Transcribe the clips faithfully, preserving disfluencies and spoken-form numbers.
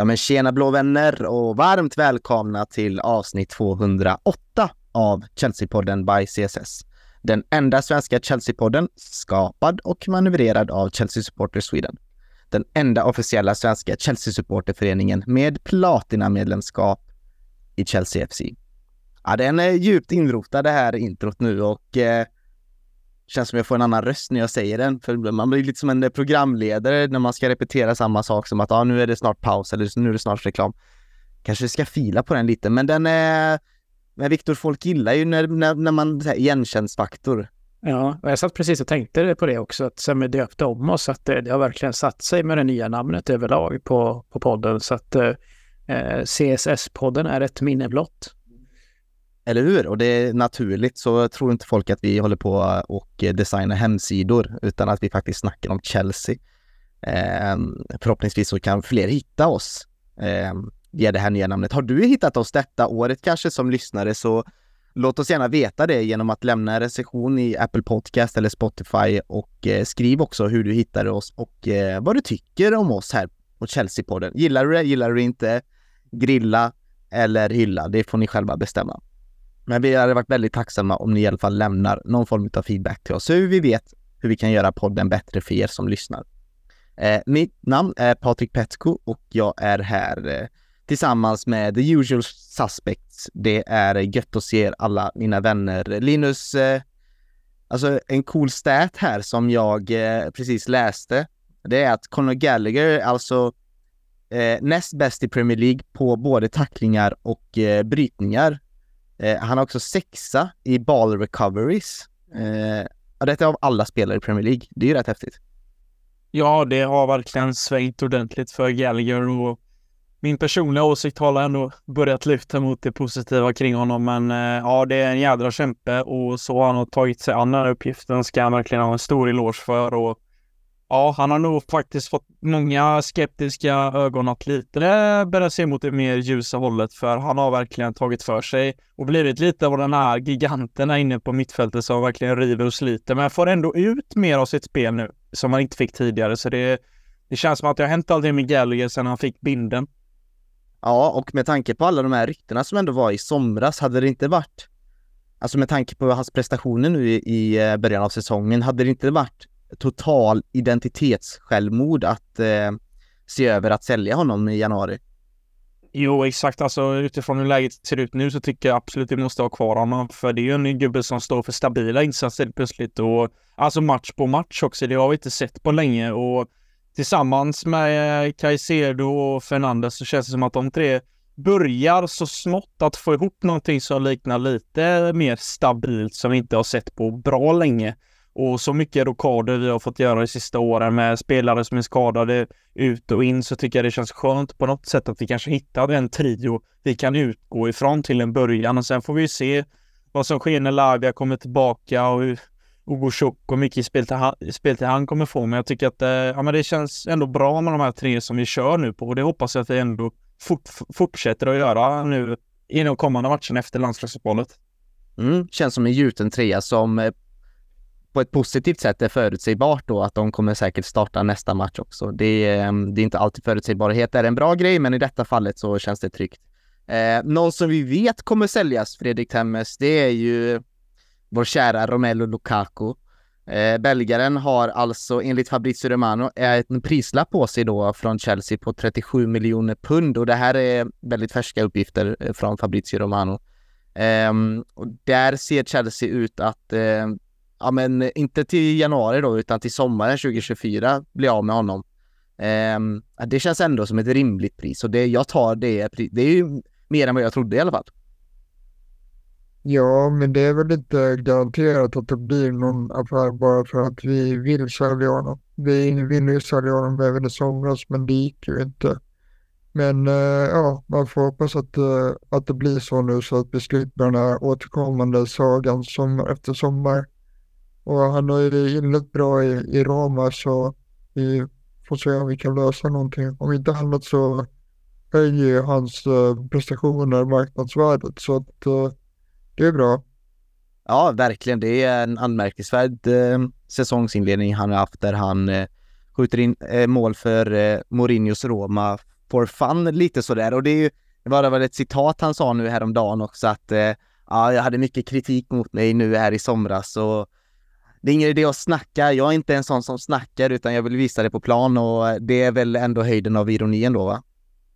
Ja men tjena blå vänner och varmt välkomna till avsnitt tvåhundraåtta av Chelsea-podden by C S S. Den enda svenska Chelsea-podden skapad och manövrerad av Chelsea Supporters Sweden. Den enda officiella svenska Chelsea-supporterföreningen med platina-medlemskap i Chelsea F C. Ja, den är djupt inrotad det här introt nu och eh, känns som jag får en annan röst när jag säger den. För man blir lite som en programledare när man ska repetera samma sak som att ah, nu är det snart paus eller nu är det snart reklam. Kanske ska fila på den lite, men den är... Men Viktor, folk gillar ju när, när, när man säger igenkännsfaktor. Ja, och jag satt precis och tänkte på det också, att sen vi döpte om oss, att det, det har verkligen satt sig med det nya namnet överlag på, på podden, så att eh, C S S-podden är ett minne blott. Eller hur? Och det är naturligt, så tror inte folk att vi håller på och designar hemsidor, utan att vi faktiskt snackar om Chelsea. Eh, förhoppningsvis så kan fler hitta oss eh, via det här nya namnet. Har du hittat oss detta året kanske som lyssnare, så låt oss gärna veta det genom att lämna en recension i Apple Podcast eller Spotify, och eh, skriv också hur du hittade oss och eh, vad du tycker om oss här på Chelsea-podden. Gillar du det? Gillar du inte? Grilla eller hylla? Det får ni själva bestämma. Men vi hade varit väldigt tacksamma om ni i alla fall lämnar någon form av feedback till oss, så vi vet hur vi kan göra podden bättre för er som lyssnar. Eh, mitt namn är Patrik Petko och jag är här eh, tillsammans med The Usual Suspects. Det är gött att se alla mina vänner. Linus, eh, alltså en cool stat här som jag eh, precis läste. Det är att Conor Gallagher, alltså eh, näst bäst i Premier League på både tacklingar och eh, brytningar. Eh, han har också sexa i ball recoveries. Eh, och detta är av alla spelare i Premier League. Det är ju rätt häftigt. Ja, det har verkligen svängt ordentligt för Gallagher, och min personliga åsikt har ändå börjat lyfta mot det positiva kring honom, men eh, ja, det är en jädra kämpe, och så har han tagit sig an den här uppgiften, ska han verkligen ha en stor eloge för. Och ja, han har nog faktiskt fått många skeptiska ögon att lite börja se mot det mer ljusa hållet, för han har verkligen tagit för sig och blivit lite av den här giganten inne på mittfältet som verkligen river och sliter, men får ändå ut mer av sitt spel nu som han inte fick tidigare. Så det, det känns som att det har hänt aldrig med Gallagher sedan han fick binden. Ja, och med tanke på alla de här ryktena som ändå var i somras, hade det inte varit, alltså med tanke på hans prestationer nu i, i början av säsongen, hade det inte varit total identitetssjälvmord att eh, se över att sälja honom i januari? Jo, exakt. Alltså utifrån hur läget ser ut nu så tycker jag absolut att vi måste ha kvar honom, för det är ju en gubbe som står för stabila insatser plötsligt, och alltså match på match också, det har vi inte sett på länge, och tillsammans med Caicedo och Fernandes så känns det som att de tre börjar så smått att få ihop någonting som liknar lite mer stabilt, som vi inte har sett på bra länge. Och så mycket rockader vi har fått göra de sista åren med spelare som är skadade ut och in, så tycker jag det känns skönt på något sätt att vi kanske hittade en trio vi kan utgå ifrån till en början, och sen får vi se vad som sker när Lavia kommer tillbaka och hur Hugo Tjock och mycket spel till, han, spel till han kommer få. Men jag tycker att eh, ja, men det känns ändå bra med de här tre som vi kör nu på, och det hoppas jag att vi ändå fort, fortsätter att göra nu i de kommande matcherna efter landslagsuppehållet. Mm, känns som en gjuten trea som eh, på ett positivt sätt är förutsägbart då, att de kommer säkert starta nästa match också. Det är, eh, det är inte alltid förutsägbarhet är en bra grej, men i detta fallet så känns det tryggt. Eh, någon som vi vet kommer säljas, Fredrik Temmes, det är ju vår kära Romelu Lukaku. Eh, belgaren har alltså enligt Fabrizio Romano en prislapp på sig då från Chelsea på trettiosju miljoner pund, och det här är väldigt färska uppgifter från Fabrizio Romano. Eh, och där ser Chelsea ut att eh, ja, men inte till januari då, utan till sommaren tjugohundratjugofyra bli av med honom. Eh, det känns ändå som ett rimligt pris, och det, jag tar det, det är ju mer än vad jag trodde i alla fall. Ja, men det är väl inte garanterat att det blir någon affär bara för att vi vill sälja honom. Vi ville ju sälja honom även i somras, men det gick ju inte. Men uh, ja, man får hoppas att, uh, att det blir så nu, så att vi slipper den här återkommande sagan sommar efter sommar. Och han har ju inlett bra i, i Roma, så vi får se om vi kan lösa någonting. Om inte annat så höjer ju hans uh, prestationer marknadsvärdet, så att uh, det är bra. Ja, verkligen. Det är en anmärkningsvärd eh, säsongsinledning han har haft, där han eh, skjuter in eh, mål för eh, Mourinhos Roma for fun lite sådär. Och det, är ju, det var väl ett citat han sa nu häromdagen också att eh, ja, jag hade mycket kritik mot mig nu här i somras och det är ingen idé att snacka. Jag är inte en sån som snackar utan jag vill visa det på plan och det är väl ändå höjden av ironien då, va?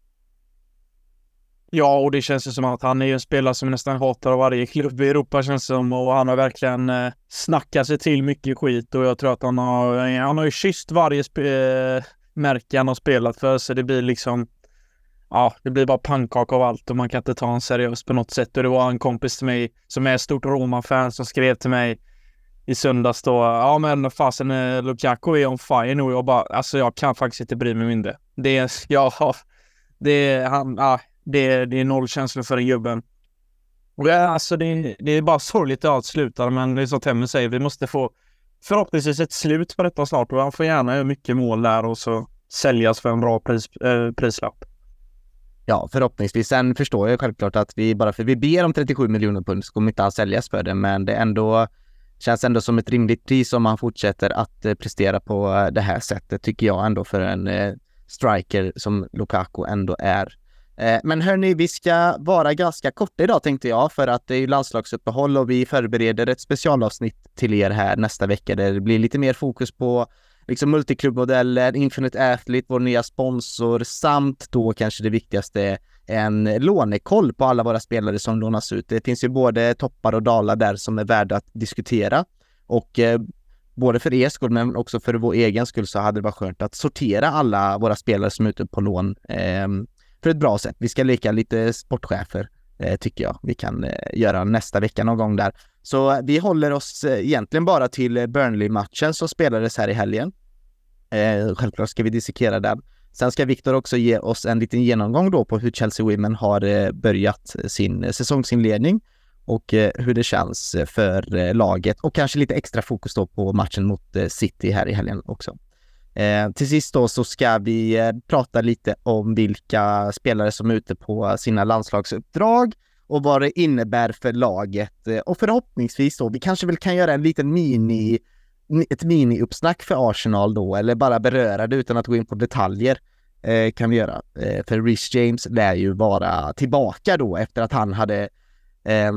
Ja, och det känns ju som att han är ju en spelare som nästan hatar av varje klubb i Europa känns som, och han har verkligen eh, snackat sig till mycket skit och jag tror att han har, han har ju kysst varje sp- eh, märke han har spelat för, så det blir liksom ja, det blir bara pannkaka av allt och man kan inte ta honom seriöst på något sätt. Och det var en kompis till mig som är ett stort Roma-fan som skrev till mig i söndags då, ja men fasen Lukaku är on fire nu och jag bara, alltså jag kan faktiskt inte bry mig mindre. Det är, ja, det är, han, ja, det är, det är noll känslor för den gubben. Och ja, alltså det, det är bara sorgligt att allt slutar, men det är som Temmen säger, vi måste få förhoppningsvis ett slut på detta snart och han får gärna göra mycket mål där och så säljas för en bra pris, äh, prislapp. Ja, förhoppningsvis. Sen förstår jag självklart att vi bara för vi ber om trettiosju miljoner pund så kommer inte han säljas för det, men det ändå känns ändå som ett rimligt pris om han fortsätter att eh, prestera på eh, det här sättet, tycker jag ändå för en eh, striker som Lukaku ändå är. Eh, men hörni, vi ska vara ganska korta idag tänkte jag, för att det är ju landslagsuppehåll och vi förbereder ett specialavsnitt till er här nästa vecka där det blir lite mer fokus på liksom multiklubbmodellen, Infinite Athlete, vår nya sponsor, samt då kanske det viktigaste, en lånekoll på alla våra spelare som lånas ut. Det finns ju både toppar och dalar där som är värda att diskutera och eh, både för er skull men också för vår egen skull så hade det varit skönt att sortera alla våra spelare som är ute på lån eh, för ett bra sätt. Vi ska leka lite sportchefer eh, tycker jag. Vi kan eh, göra nästa vecka någon gång där. Så vi håller oss eh, egentligen bara till Burnley-matchen som spelades här i helgen. Eh, självklart ska vi dissekera den. Sen ska Viktor också ge oss en liten genomgång då på hur Chelsea Women har eh, börjat sin säsongsinledning och eh, hur det känns för eh, laget och kanske lite extra fokus då på matchen mot eh, City här i helgen också. Eh, till sist då så ska vi eh, prata lite om vilka spelare som är ute på sina landslagsuppdrag och vad det innebär för laget eh, och förhoppningsvis då, vi kanske väl kan göra en liten mini ett mini-uppsnack för Arsenal då, eller bara beröra det utan att gå in på detaljer eh, kan vi göra. Eh, för Reece James lär ju vara tillbaka då efter att han hade eh,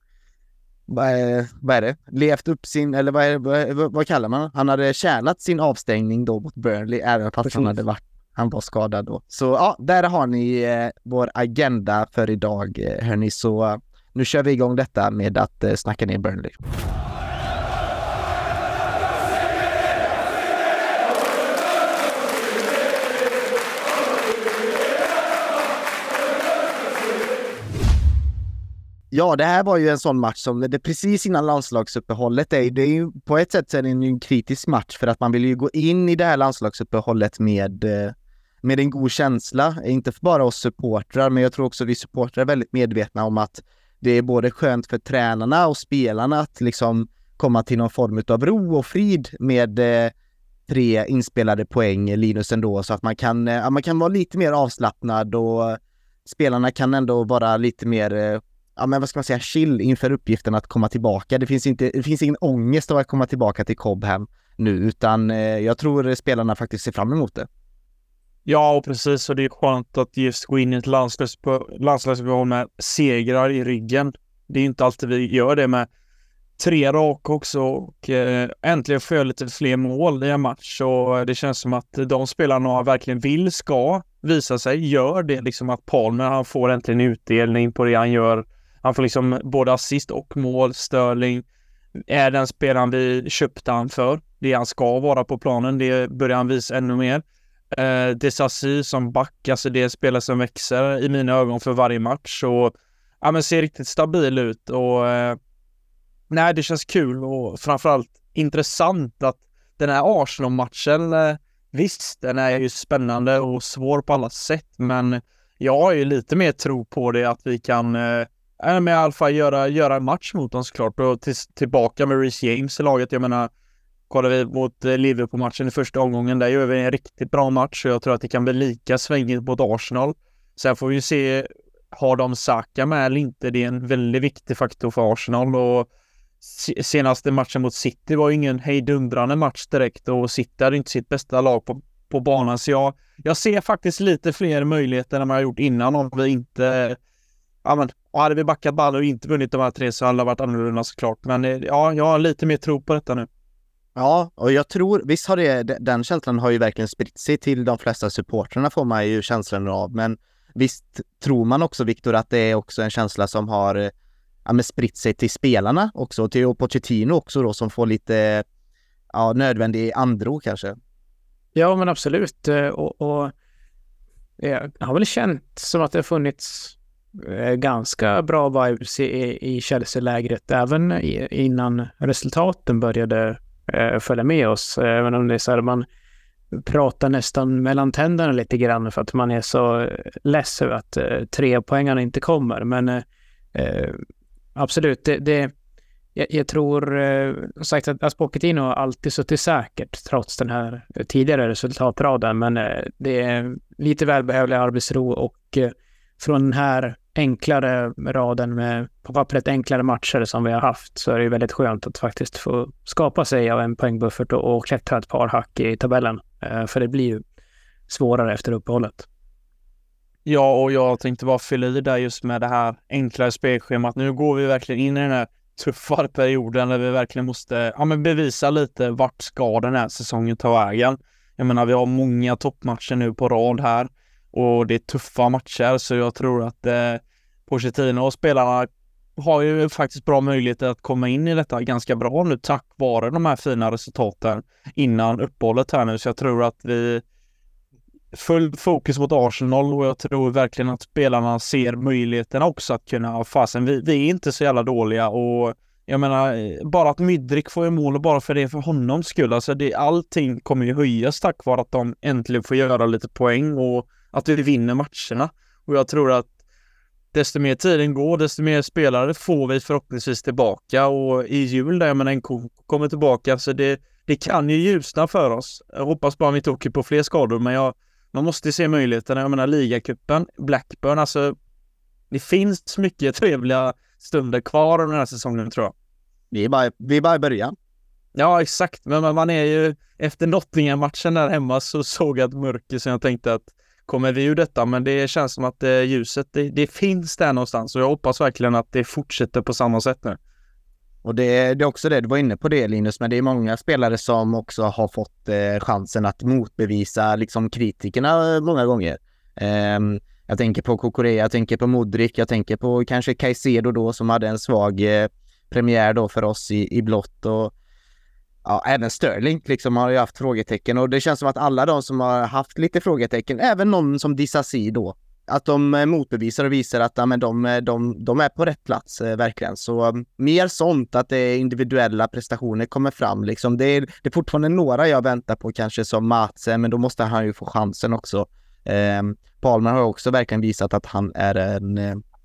vad, är, vad är det? Levt upp sin, eller vad, är, vad, vad kallar man? Han hade tjänat sin avstängning då mot Burnley även fast han hade varit, han var skadad då. Så ja, där har ni eh, vår agenda för idag eh, hörni, så uh, nu kör vi igång detta med att eh, snacka ner Burnley. Ja, det här var ju en sån match som det precis innan landslagsuppehållet är, det är ju på ett sätt är det en kritisk match för att man vill ju gå in i det här landslagsuppehållet med, med en god känsla, inte för bara oss supportrar men jag tror också vi supportrar är väldigt medvetna om att det är både skönt för tränarna och spelarna att liksom komma till någon form av ro och frid med eh, tre inspelade poäng Linus ändå, så att man kan, eh, man kan vara lite mer avslappnad och spelarna kan ändå vara lite mer eh, ja men vad ska man säga, chill inför uppgiften att komma tillbaka. Det finns inte, det finns ingen ångest av att komma tillbaka till Cobham nu, utan eh, jag tror spelarna faktiskt ser fram emot det. Ja, och precis, och det är skönt att just gå in i ett landslagsuppehåll med segrar i ryggen. Det är inte alltid vi gör det med tre rak också och eh, äntligen får jag lite fler mål i en match och det känns som att de spelarna verkligen vill ska visa sig, gör det liksom att Palmer han får äntligen utdelning på det han gör. Han får liksom både assist och mål. Sterling är den spelaren vi köpte han för. Det han ska vara på planen, det börjar han visa ännu mer. Eh, Desassi som back, alltså det är spelare som växer i mina ögon för varje match och ja, men ser riktigt stabil ut och eh, nej, det känns kul och framförallt intressant att den här Arsenal-matchen, eh, visst, den är ju spännande och svår på alla sätt, men jag har ju lite mer tro på det att vi kan eh, med i alla fall göra, göra en match mot dem såklart och till, tillbaka med Reece James i laget. Jag menar, kollar vi mot eh, Liverpool-matchen i första omgången, där gör vi en riktigt bra match och jag tror att det kan bli lika svängigt mot Arsenal. Sen får vi se, har de Saka med eller inte? Det är en väldigt viktig faktor för Arsenal och senaste matchen mot City var ju ingen hejdundrande match direkt och City hade inte sitt bästa lag på på banan. Så jag, jag ser faktiskt lite fler möjligheter än man har gjort innan om vi inte... Ja, men, och hade vi backat ball och inte vunnit de här tre så hade det varit annorlunda såklart. Men ja, jag har lite mer tro på detta nu. Ja, och jag tror, visst har det, den känslan har ju verkligen spritt sig till de flesta supporterna får man ju känslan av. Men visst tror man också, Viktor, att det är också en känsla som har ja, men spritt sig till spelarna också, till Pochettino också då, som får lite ja, nödvändig andro kanske. Ja, men absolut. Och, och jag har väl känt som att det har funnits ganska bra vibes i, i Chelsea-lägret även i, innan resultaten började eh, följa med oss. Även om det är så här, man pratar nästan mellan tänderna lite grann för att man är så less över att eh, tre poängarna inte kommer. Men eh, absolut, det, det, jag, jag tror eh, sagt att Pochettino har alltid suttit säkert trots den här tidigare resultatraden. Men eh, det är lite välbehövlig arbetsro och eh, från den här enklare raden med på pappret enklare matcher som vi har haft så är det väldigt skönt att faktiskt få skapa sig av en poängbuffert och, och klättra ett par hack i tabellen. Eh, för det blir ju svårare efter uppehållet. Ja, och jag tänkte bara fylla i där just med det här enklare spelschemat. Nu går vi verkligen in i den här tuffare perioden där vi verkligen måste ja, men bevisa lite vart ska den här säsongen ta vägen. Jag menar, vi har många toppmatcher nu på rad här. Och det är tuffa matcher så jag tror att eh, Pochettino och spelarna har ju faktiskt bra möjligheter att komma in i detta ganska bra nu tack vare de här fina resultaten innan uppehållet här nu. Så jag tror att vi full fokus mot Arsenal och jag tror verkligen att spelarna ser möjligheterna också att kunna fasen. Vi, vi är inte så jävla dåliga och jag menar bara att Mudryk får ju mål och bara för det för honom skull. Alltså det, allting kommer ju höjas tack vare att de äntligen får göra lite poäng och att vi vinner matcherna. Och jag tror att desto mer tiden går, desto mer spelare får vi förhoppningsvis tillbaka. Och i jul där, men en kommer tillbaka. Så det, det kan ju ljusna för oss. Jag hoppas bara vi inte åker på fler skador. Men jag, man måste se möjligheterna. Jag menar ligacupen, Blackburn. Alltså, det finns mycket trevliga stunder kvar den här säsongen tror jag. Vi är bara, vi är bara i början. Ja, exakt. Men man är ju efter Nottingham-matchen där hemma så såg jag ett mörker så jag tänkte att kommer vi ur detta, men det känns som att eh, ljuset, det, det finns där någonstans och jag hoppas verkligen att det fortsätter på samma sätt nu. Och det, det är också det, du var inne på det Linus, men det är många spelare som också har fått eh, chansen att motbevisa liksom kritikerna många gånger. Eh, jag tänker på Kukurea, jag tänker på Mudryk, jag tänker på kanske Caicedo då som hade en svag eh, premiär då för oss i, i blått och ja, även Sterling liksom har ju haft frågetecken och det känns som att alla de som har haft lite frågetecken, även någon som Disasi då, att de motbevisar och visar att ja, men de, de, de är på rätt plats eh, verkligen. Så um, mer sånt, att det är individuella prestationer kommer fram liksom. Det är, det är fortfarande några jag väntar på kanske som Matse, men då måste han ju få chansen också. Eh, Palmer har också verkligen visat att han är en,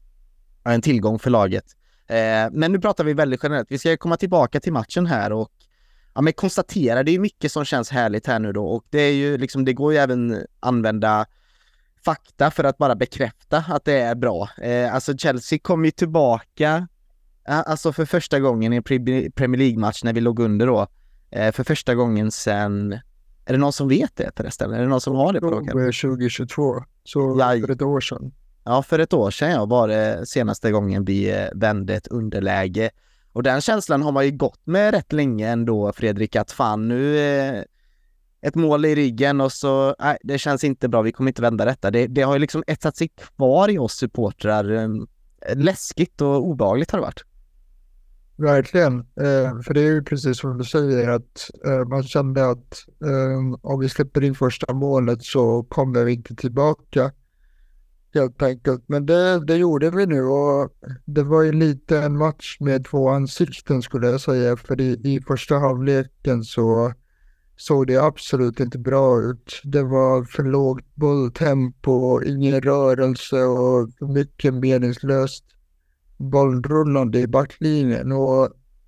en tillgång för laget. Eh, men nu pratar vi väldigt generellt. Vi ska komma tillbaka till matchen här och ja, men konstatera, det är mycket som känns härligt här nu då och det är ju liksom, det går ju även använda fakta för att bara bekräfta att det är bra. Eh, alltså Chelsea kom ju tillbaka alltså för första gången i en Premier League-match när vi låg under då. Eh, för första gången sen, är det någon som vet det förresten? Är det någon som har det på raken? tjugo tjugotvå, så ja, för ett år sedan. Ja, för ett år sedan ja, var det senaste gången vi vände ett underläge. Och den känslan har man ju gått med rätt länge ändå, Fredrik, att fan nu eh, ett mål i ryggen och så, nej, det känns inte bra, vi kommer inte vända detta. Det, det har ju liksom etsat sig kvar i oss supportrar. Eh, läskigt och obehagligt har det varit. Verkligen, eh, för det är ju precis som du säger att eh, man kände att eh, om vi släpper in första målet så kommer vi inte tillbaka. Helt enkelt. Men det, det gjorde vi nu och det var ju lite en match med två ansikten skulle jag säga. För i, i första halvleken så såg det absolut inte bra ut. Det var för lågt bolltempo, ingen rörelse och mycket meningslöst bollrullande i backlinjen. Och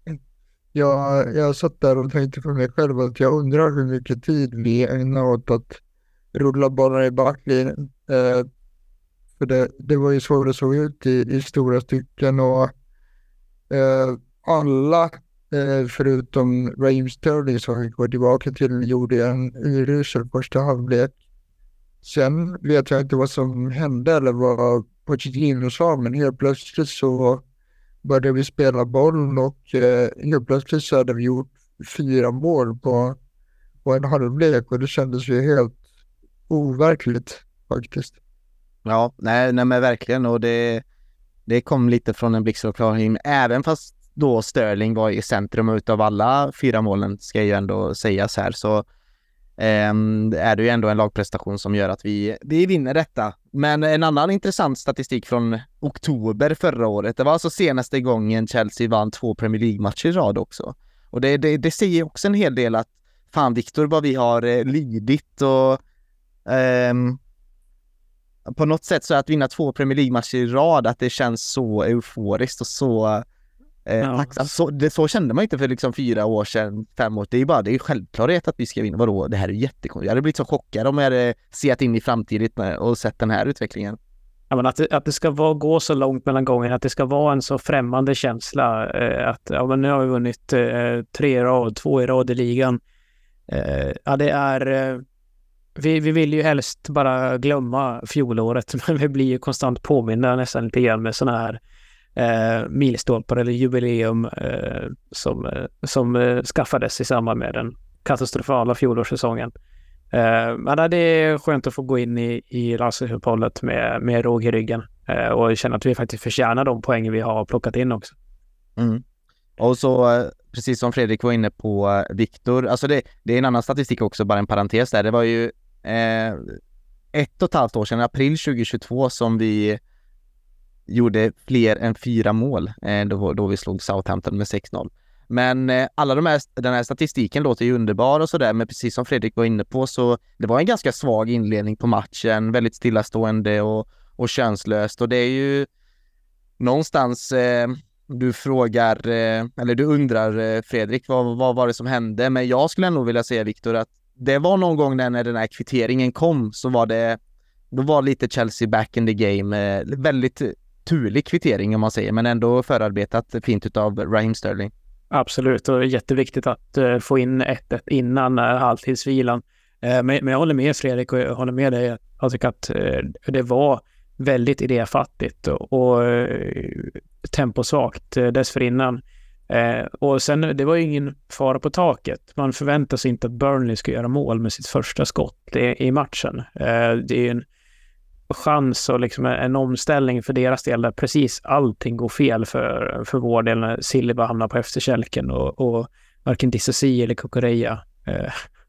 jag, jag satt där och tänkte för mig själv att jag undrar hur mycket tid vi ägnar åt att rulla bollar i backlinjen. Eh, För det, det var ju så det såg ut i, i stora stycken och eh, alla Eh, förutom Raheem Sterling som vi går tillbaka till gjorde en urusel första halvlek. Sen vet jag inte vad som hände eller vad Pochettino sa, men helt plötsligt så började vi spela boll och eh, helt plötsligt så hade vi gjort fyra mål på, på en halvlek och det kändes ju helt overkligt faktiskt. Ja, nej, nej men verkligen, och det, det kom lite från en blixt och klar himmel, även fast då Sterling var i centrum utav alla fyra målen, ska ju ändå sägas här, så eh, är det ju ändå en lagprestation som gör att vi, vi vinner detta. Men en annan intressant statistik från oktober förra året, det var alltså senaste gången Chelsea vann två Premier League-matcher i rad också. Och det, det, det säger också en hel del att fan Victor, vad vi har eh, lidit och ehm, på något sätt så att vinna två Premier League-matcher i rad, att det känns så euforiskt och så eh, Ja. alltså, så, det, så kände man inte för liksom fyra år sedan, fem år. Det är ju bara, det är ju självklarhet att vi ska vinna. Vadå? Det här är jättekonstigt. Jag hade blivit så chockad om jag hade sett in i framtiden och sett den här utvecklingen. Ja, men att, det, att det ska vara, gå så långt mellan gångerna, att det ska vara en så främmande känsla eh, att ja, men nu har vi vunnit eh, tre i rad, två i rad i ligan. Eh, ja, det är eh, vi, vi vill ju helst bara glömma fjolåret, men vi blir ju konstant påminna nästan lite grann med sådana här eh, milstolpar eller jubileum eh, som, eh, som eh, skaffades i samband med den katastrofala fjolårssäsongen. Uh, men det är skönt att få gå in i, i landslagsuppehållet med, med råg i ryggen uh, och känna att vi faktiskt förtjänar de poäng vi har plockat in också. Mm. Och så, precis som Fredrik var inne på, Victor, alltså det, det är en annan statistik också, bara en parentes där. Det var ju eh, ett och ett halvt år sedan, april tjugohundratjugotvå, som vi gjorde fler än fyra mål eh, då, då vi slog Southampton med sex noll. Men eh, alla de här, den här statistiken låter ju underbar och sådär, men precis som Fredrik var inne på, så det var en ganska svag inledning på matchen, väldigt stillastående och, och könslöst, och det är ju någonstans eh, du frågar, eh, eller du undrar eh, Fredrik, vad, vad var det som hände? Men jag skulle nog vilja säga, Victor, att det var någon gång när, när den här kvitteringen kom, så var det, då var lite Chelsea back in the game, eh, väldigt turlig kvittering om man säger, men ändå förarbetat fint utav Raheem Sterling. Absolut, och det är jätteviktigt att uh, få in ett ett innan uh, halvtidsvilan. Uh, men, men jag håller med Fredrik, och jag håller med dig. Jag tycker att uh, det var väldigt idéfattigt och, och uh, temposvagt uh, dessförinnan. Uh, och sen, det var ju ingen fara på taket. Man förväntar sig inte att Burnley ska göra mål med sitt första skott i, i matchen. Uh, det är en chans och liksom en omställning för deras del där precis allting går fel för, för vår del när Silva hamnar på efterkälken och, och varken Disasi eller Kukureya eh,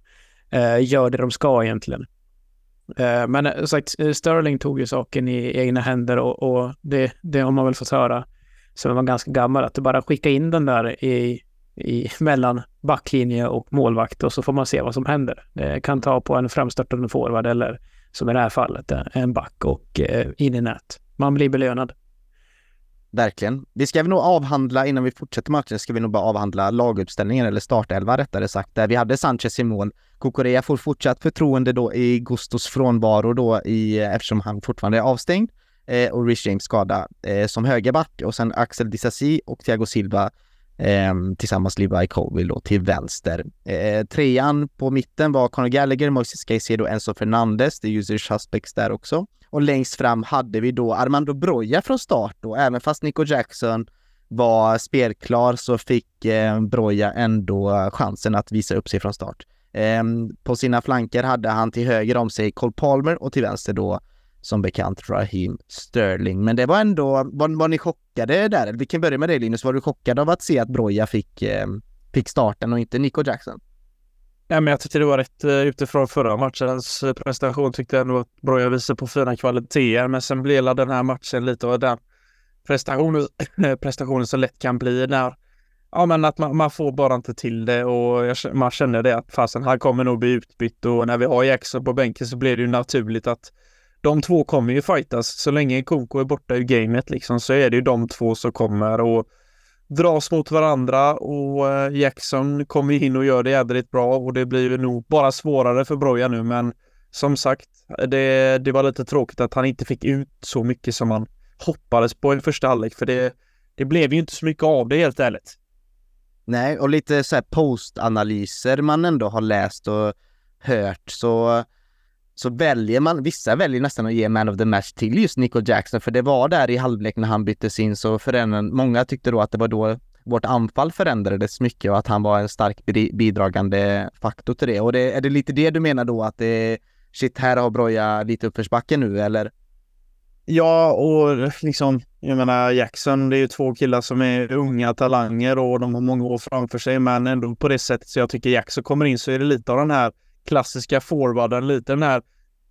eh, gör det de ska egentligen. Eh, men sagt, Sterling tog ju saken i egna händer och, och det, det har man väl fått höra som var ganska gammal, att du bara skicka in den där i, i mellan backlinje och målvakt och så får man se vad som händer. Det kan ta på en framstörtande forward eller som i det här fallet en back och eh, in i nät. Man blir belönad. Verkligen. Vi ska vi nog avhandla, innan vi fortsätter matchen, ska vi nog bara avhandla laguppställningen eller startelva rättare sagt. Där vi hade Sanchez i mål. Kukureya får fortsatt förtroende då i Gustos frånvaro då i, eftersom han fortfarande är avstängd. Eh, och Rich James skada eh, som högerback. Och sen Axel Disasi och Thiago Silva eh, tillsammans Levi Colwill då till vänster. Eh, trean på mitten var Conor Gallagher, Moises Caicedo och Enzo Fernandes. Det är usual suspects där också. Och längst fram hade vi då Armando Broja från start då. Även fast Nico Jackson var spelklar så fick eh, Broja ändå chansen att visa upp sig från start. Eh, på sina flanker hade han till höger om sig Cole Palmer och till vänster då som bekant Raheem Sterling. Men det var ändå, var, var ni chockade där? Vi kan börja med dig Linus. Var du chockad av att se att Broja fick, eh, fick starten och inte Nico Jackson? Ja, men jag tyckte det var rätt utifrån förra matchens prestation, tyckte jag ändå att Broja visade på fina kvaliteter, men sen blev den här matchen lite av den prestationen, prestationen så lätt kan bli när ja, men att man, man får bara inte till det och jag, man känner det att fasen här kommer nog bli utbytt, och när vi har Jackson på bänken så blir det ju naturligt att de två kommer ju fightas. Så länge Koko är borta ur gamet liksom, så är det ju de två som kommer och dras mot varandra, och Jackson kommer in och gör det jävligt bra, och det blir ju nog bara svårare för Broja nu, men som sagt det, det var lite tråkigt att han inte fick ut så mycket som man hoppades på i första halvlek, för det, det blev ju inte så mycket av det helt ärligt. Nej, och lite så här postanalyser man ändå har läst och hört, så så väljer man, vissa väljer nästan att ge man of the match till just Nico Jackson, för det var där i halvlek när han byttes in, så förändrade, många tyckte då att det var då vårt anfall förändrades mycket och att han var en stark bidragande faktor till det. Och det, är det lite det du menar då, att det, shit, här har Broja lite uppförsbacke nu, eller? Ja, och liksom, jag menar Jackson, det är ju två killar som är unga talanger och de har många år framför sig, men ändå på det sättet så jag tycker Jackson kommer in så är det lite av den här klassiska forwarden, lite den här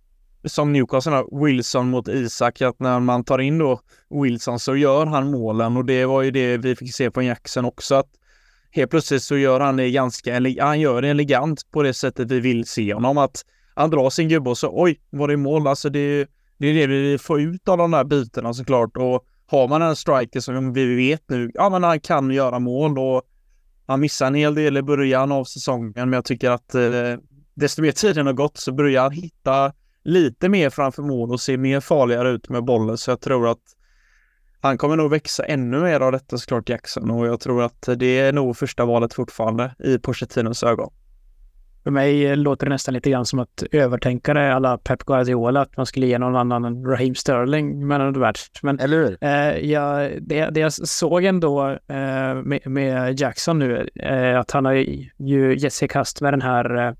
som Newcastle har, Wilson mot Isak, att när man tar in då Wilson så gör han målen, och det var ju det vi fick se på Jackson också, att helt plötsligt så gör han det ganska, han gör det elegant på det sättet vi vill se honom, att han drar sin gubbe och så oj, var det mål, alltså det, det är det vi får ut av de där bitarna såklart, och har man en striker som vi vet nu, ja men han kan göra mål, och han missar en hel del i början av säsongen, men jag tycker att eh, desto mer tiden har gått så börjar han hitta lite mer framför mål och se mer farligare ut med bollen, så jag tror att han kommer nog växa ännu mer av detta såklart, Jackson, och jag tror att det är nog första valet fortfarande i Pochettinos ögon. För mig låter det nästan lite grann som att övertänka det alla Pep Guardiola, att man skulle ge någon annan än Raheem Sterling man of the match. Men eller hur? Eh, jag, det, det jag såg ändå eh, med, med Jackson nu, eh, att han har ju gett sig kast med den här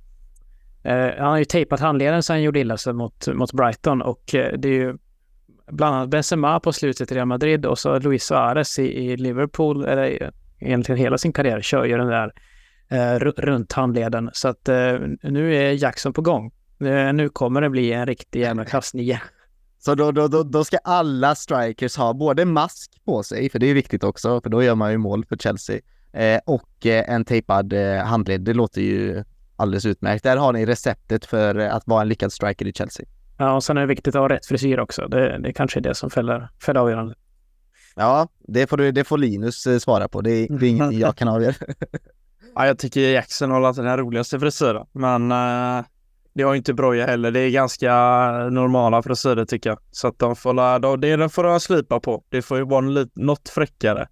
eh, han har ju tejpat handleden sen han gjorde illa sig mot, mot Brighton, och eh, det är ju bland annat Benzema på slutet i Real Madrid och så Luis Suarez i, i Liverpool, eller egentligen hela sin karriär kör ju den där eh, runt handleden, så att eh, nu är Jackson på gång. Eh, nu kommer det bli en riktig jävla kastnio. Så då, då, då, då ska alla strikers ha både mask på sig, för det är viktigt också, för då gör man ju mål för Chelsea, eh, och eh, en tejpad eh, handled. Det låter ju alldeles utmärkt. Där har ni receptet för att vara en lyckad striker i Chelsea. Ja, och sen är det viktigt att ha rätt frisyr också. Det, det kanske är det som fäller, fäller avgörande. Ja, det får, du, det får Linus eh, svara på. Det är, det är ingenting jag kan avgöra. Ja, jag tycker Jackson har den här roligaste frisyren, men uh, det har ju inte Broja heller. Det är ganska normala frisyrer tycker jag. Så att de får lära, det den får de slipa på. Det får ju vara lite, något fräckare.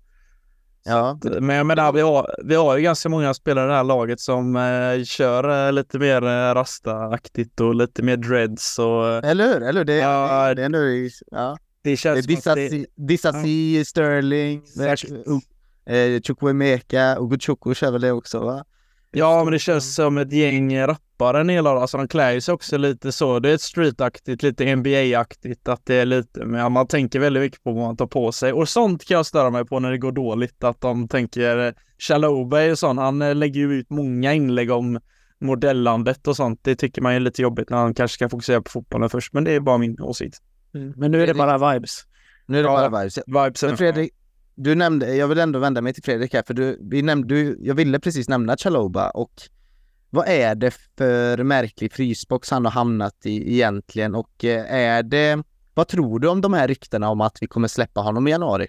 Ja. Men jag menar, vi har, vi har ju ganska många spelare i det här laget som uh, kör uh, lite mer uh, rasta-aktigt och lite mer dreads. Och, eller hur? Eller hur? Det, ja, det, det är nu... Ja. Det känns det är Disasi, Disasi ja. Sterling, eh, Chukwuemeka och Guchuku kör väl det också, va? Ja, men det känns som ett gäng rappare nedlar. Alltså de klär sig också lite så. Det är ett streetaktigt, lite N B A-aktigt, att det är lite, men man tänker väldigt mycket på vad man tar på sig. Och sånt kan jag störa mig på när det går dåligt, att de tänker Chalobah och sånt. Han lägger ju ut många inlägg om modellandet och sånt. Det tycker man är lite jobbigt när han kanske ska fokusera på fotbollen först, men det är bara min åsikt. Mm. Men nu är det bara vibes. Nu är det ja, bara vibes. vibes men Fredrik, du nämnde, jag vill ändå vända mig till Fredrik här, för du, vi nämnde, du, jag ville precis nämna Chalobah, och vad är det för märklig frysbox han har hamnat i egentligen, och är det, vad tror du om de här ryktena om att vi kommer släppa honom i januari?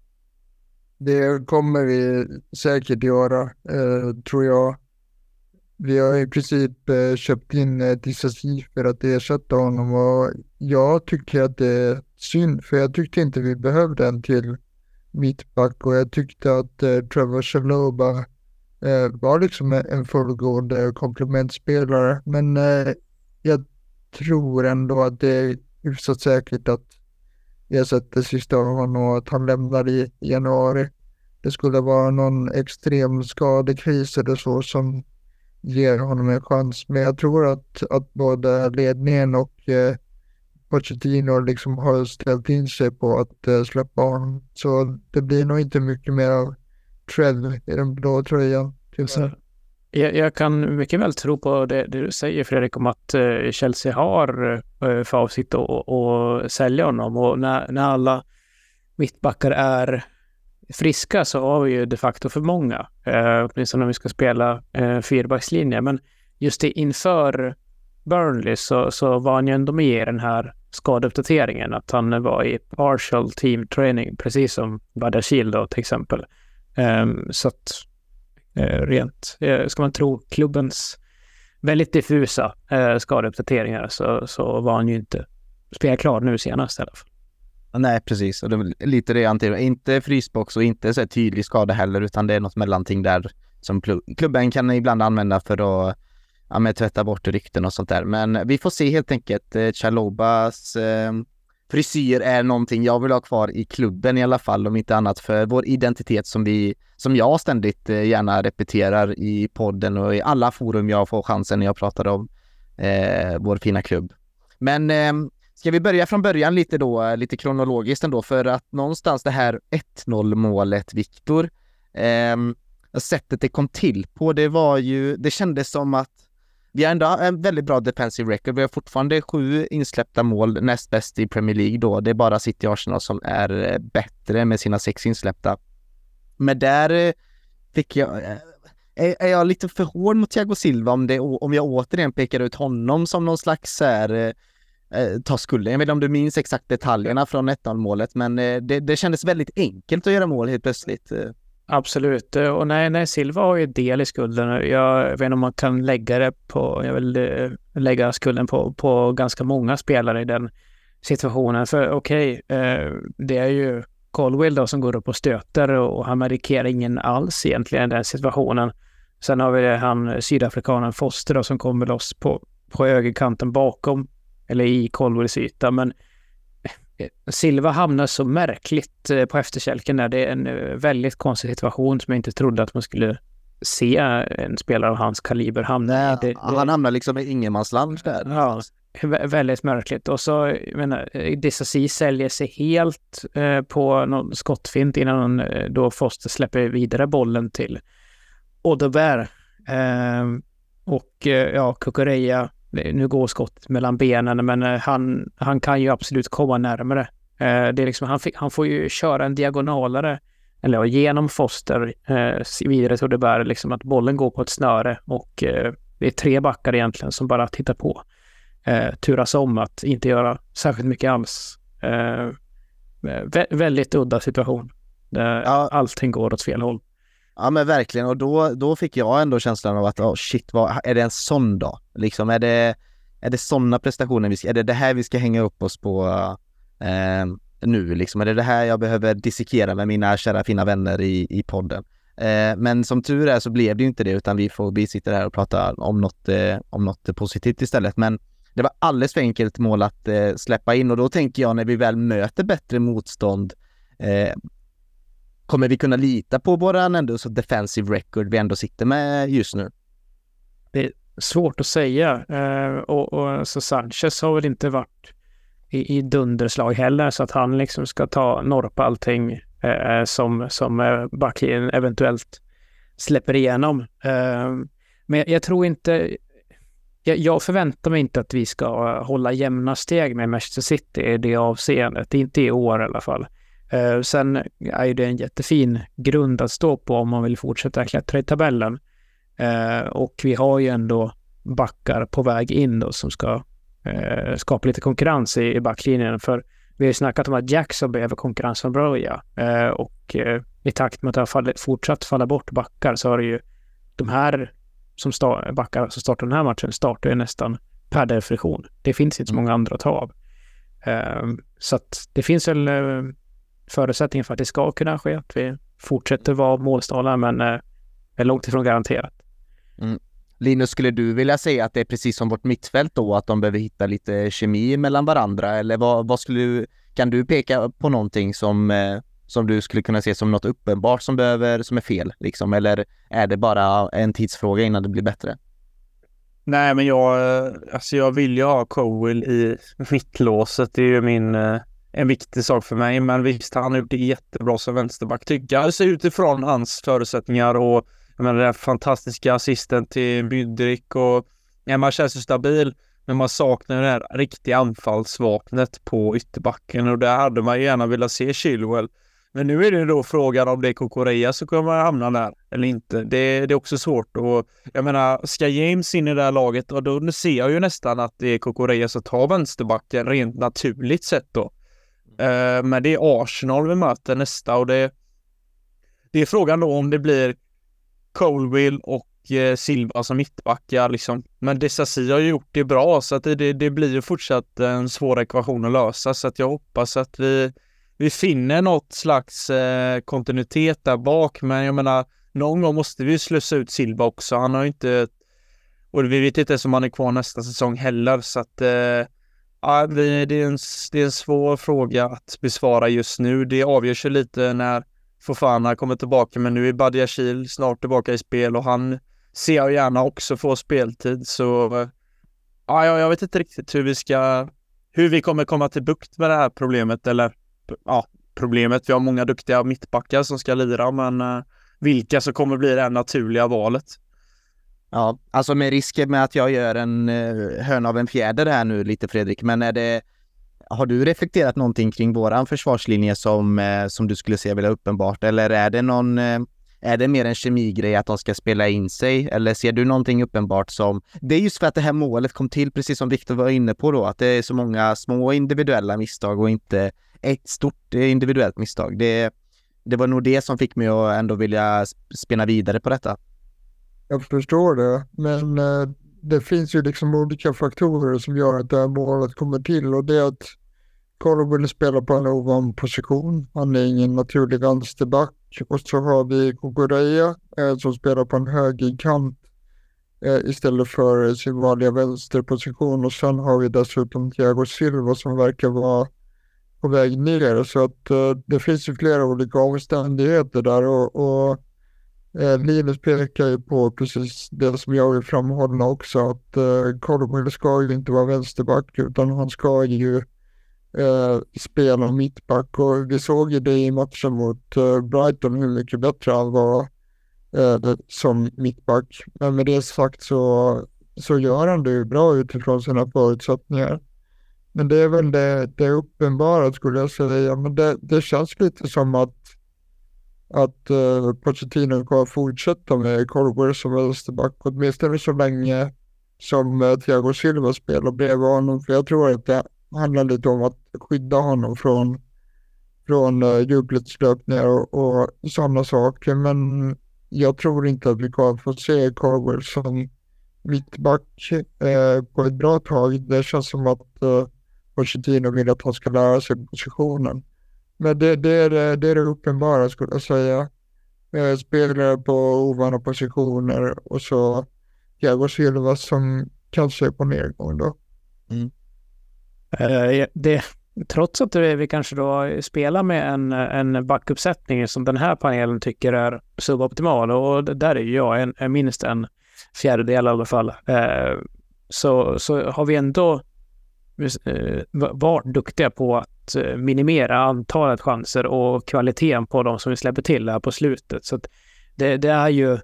Det kommer vi säkert göra, eh, tror jag. Vi har i princip eh, köpt in eh, Disasi för att ersätta honom, och jag tycker att det är synd, för jag tyckte inte vi behövde en till mittback, och jag tyckte att eh, Trevor Chalobah eh, var liksom en fullgod eh, komplementspelare, men eh, jag tror ändå att det är hyfsat säkert att ersätta sista av honom och att han lämnar i januari. Det skulle vara någon extrem skadekris eller så som ger honom en chans, men jag tror att, att både ledningen och eh, Pochettino liksom har ställt in sig på att uh, släppa honom. Så det blir nog inte mycket mer av Trev i den blå tröjan. Jag, jag kan mycket väl tro på det, det du säger, Fredrik, om att uh, Chelsea har uh, för avsikt att och sälja honom. Och när, när alla mittbackar är friska så har vi ju de facto för många. Uh, åtminstone när vi ska spela uh, fyrbackslinje. Men just det inför Burnley så, så var han ju ändå med i den här skadeuppdateringen, att han var i partial team training, precis som Badiashile då till exempel. Um, så att uh, rent, uh, ska man tro klubbens väldigt diffusa uh, skadeuppdateringar så, så var han ju inte spela klar nu senast i alla fall. Nej, precis. Och det är lite det jag antar. Inte frysbox och inte så här tydlig skada heller, utan det är något mellanting där som klubben kan ibland använda för att ja, men tvätta bort rykten och sånt där. Men vi får se helt enkelt. Chalobahs eh, frisyr är någonting jag vill ha kvar i klubben i alla fall, om inte annat för vår identitet som vi som jag ständigt eh, gärna repeterar i podden och i alla forum jag får chansen när jag pratar om eh, vår fina klubb. Men eh, ska vi börja från början lite då, lite kronologiskt ändå, för att någonstans det här ett noll målet, Viktor, eh, sättet det kom till på, det var ju, det kändes som att vi har ändå en väldigt bra defensive record. Vi har fortfarande sju insläppta mål, näst bäst i Premier League då. Det är bara City Arsenal som är bättre med sina sex insläppta. Men där fick jag... Är, är jag lite för hård mot Thiago Silva om, det, om jag återigen pekar ut honom som någon slags här, eh, ta skulden? Jag vet inte om du minns exakt detaljerna från ett noll-målet, men eh, det, det kändes väldigt enkelt att göra mål helt plötsligt. Absolut, och nej, nej, Silva har ju del i skulden. Jag vet inte om man kan lägga det på, jag vill eh, lägga skulden på, på ganska många spelare i den situationen. För okej, okay, eh, det är ju Colwill då som går upp och stöter och han markerar ingen alls egentligen i den situationen. Sen har vi han sydafrikanen Foster då, som kommer loss på, på högerkanten bakom, eller i Colwills yta, men Silva hamnar så märkligt på efterkälken där. Det är en väldigt konstig situation som jag inte trodde att man skulle se en spelare av hans kaliber hamna. Nej, det, det, han hamnar liksom i ingenmansland där. Ja, väldigt märkligt. Och så, jag menar, Disasi säljer sig helt eh, på någon skottfint innan hon, eh, då Foster släpper vidare bollen till Odeberg. Eh, och eh, ja, Cucurella, nu går skottet mellan benen, men eh, han, han kan ju absolut komma närmare. Eh, det är liksom, han, fick, han får ju köra en diagonalare eller ja, genom Foster eh, vidare till Odeberg, liksom att bollen går på ett snöre och eh, det är tre backar egentligen som bara tittar på. Eh, turas om att inte göra särskilt mycket alls. Eh, vä- väldigt udda situation. Där ja. Allting går åt fel håll. Ja men verkligen, och då, då fick jag ändå känslan av att oh shit, vad, är det en sån dag? Liksom, är det, är det såna prestationer vi ska, är det det här vi ska hänga upp oss på eh, nu liksom? Är det det här jag behöver dissekera med mina kära fina vänner i, i podden? Eh, men som tur är så blev det ju inte det, utan vi får vi sitter här och prata om något, eh, om något positivt istället. Men det var alldeles för enkelt mål att eh, släppa in, och då tänker jag när vi väl möter bättre motstånd, eh, kommer vi kunna lita på våran ändå så defensive record vi ändå sitter med just nu? Det är svårt att säga. Eh, och, och så Sanchez har väl inte varit i, i dunderslag heller, så att han liksom ska ta norpa allting eh, som, som eh, backlinjen eventuellt släpper igenom. Eh, men jag, jag tror inte... Jag, jag förväntar mig inte att vi ska hålla jämna steg med Manchester City i det avseendet. Inte i år i alla fall. Uh, sen är det en jättefin grund att stå på om man vill fortsätta klättra i tabellen. Uh, och vi har ju ändå backar på väg in då som ska uh, skapa lite konkurrens i, i backlinjen. För vi har ju snackat om att Jackson behöver konkurrens från Broja. Uh, och uh, i takt med att det har fallit, fortsatt falla bort backar så har det ju de här som start, backar som startar den här matchen startar ju nästan per definition. Det finns inte så många andra att ta av. Uh, så att det finns väl uh, förutsättningen för att det ska kunna ske, att vi fortsätter vara målsnåla, men uh, är långt ifrån garanterat. Mm. Linus, skulle du vilja säga att det är precis som vårt mittfält då, att de behöver hitta lite kemi mellan varandra, eller vad, vad skulle du, kan du peka på någonting som uh, som du skulle kunna se som något uppenbart som behöver, som är fel liksom, eller är det bara en tidsfråga innan det blir bättre? Nej, men jag, alltså jag vill ju ha Colwill i mittlåset. Det är ju min, en viktig sak för mig. Men visst, han har gjort det jättebra som vänsterback, tycker jag. Alltså utifrån hans förutsättningar och jag menar, den fantastiska assisten till Mudryk, och ja, man känns ju stabil. Men man saknar det här riktiga anfallsvapnet på ytterbacken, och där hade man ju gärna velat se Chilwell. Men nu är det då frågan om det är Cucurella så kommer man hamna där eller inte. Det, det är också svårt. Och jag menar, ska James in i det här laget, och då ser jag ju nästan att det är Cucurella som tar vänsterbacken rent naturligt sett då. Uh, men det är Arsenal vi möter nästa, och det, det är frågan då om det blir Colwill och uh, Silva som mittbackar liksom. Men Disasi har ju gjort det bra, så att det, det, det blir ju fortsatt en svår ekvation att lösa, så att jag hoppas att vi Vi finner något slags eh, kontinuitet där bak. Men jag menar, någon gång måste vi slussa ut Silva också. Han har ju inte, och vi vet inte om han är kvar nästa säsong heller, så att eh, ja, det, det, är en, det är en svår fråga att besvara just nu. Det avgörs ju lite när Fofana kommer tillbaka, men nu är Badiashile snart tillbaka i spel och han ser jag gärna också få speltid, så ja, jag vet inte riktigt hur vi ska hur vi kommer komma till bukt med det här problemet, eller ja, problemet, vi har många duktiga mittbackar som ska lira, men uh, vilka som kommer bli det naturliga valet. Ja, alltså med risken med att jag gör en uh, hörn av en fjäder här nu lite, Fredrik, men är det, har du reflekterat någonting kring våran försvarslinje som, uh, som du skulle se vilja uppenbart, eller är det någon uh, är det mer en kemigrej att de ska spela in sig, eller ser du någonting uppenbart som, det är just för att det här målet kom till, precis som Victor var inne på då, att det är så många små individuella misstag och inte ett stort individuellt misstag. Det, det var nog det som fick mig att ändå vilja spinna vidare på detta. Jag förstår det, men eh, det finns ju liksom olika faktorer som gör att det här målet kommer till, och det är att Karlo vill spela på en ovan position. Han är ingen naturlig vänsterback. Och så har vi Kukureya eh, som spelar på en högerkant eh, istället för sin vanliga vänsterposition. Och sen har vi dessutom Thiago Silva som verkar vara på väg ner. Så att eh, det finns ju flera olika omständigheter där. Och, och eh, Linus pekar ju på precis det som jag vill framhålla också. Att eh, Karlo ska ju inte vara vänsterback, utan han ska ju Uh, spela mittback, och vi såg ju det i matchen mot uh, Brighton hur mycket bättre han var uh, som mittback. Men med det sagt så, så gör han det ju bra utifrån sina förutsättningar. Men det är väl det, det uppenbara, skulle jag säga. Men det, det känns lite som att att uh, Pochettino kommer fortsätta med Colbert som vänsterback, åtminstone så länge som uh, Thiago Silva spelar bredvid honom, för jag tror att det handlar lite om att skydda honom från, från uh, djupledslöpningar och, och sådana saker. Men jag tror inte att vi kommer få se Carver som mittback uh, på ett bra tag. Det känns som att uh, Pochettino vill att han ska lära sig positionen. Men det, det, är, det är det uppenbara, skulle jag säga. Uh, spelare på ovana positioner och så Thiago Silva som kanske är på nedgång då. Mm. Uh, det, trots att vi kanske då spelar med en, en backuppsättning som den här panelen tycker är suboptimal, och där är ju jag en, en minst en fjärdedel i alla fall, uh, så, så har vi ändå uh, varit duktiga på att uh, minimera antalet chanser och kvaliteten på de som vi släpper till här på slutet. Så att det, det är ju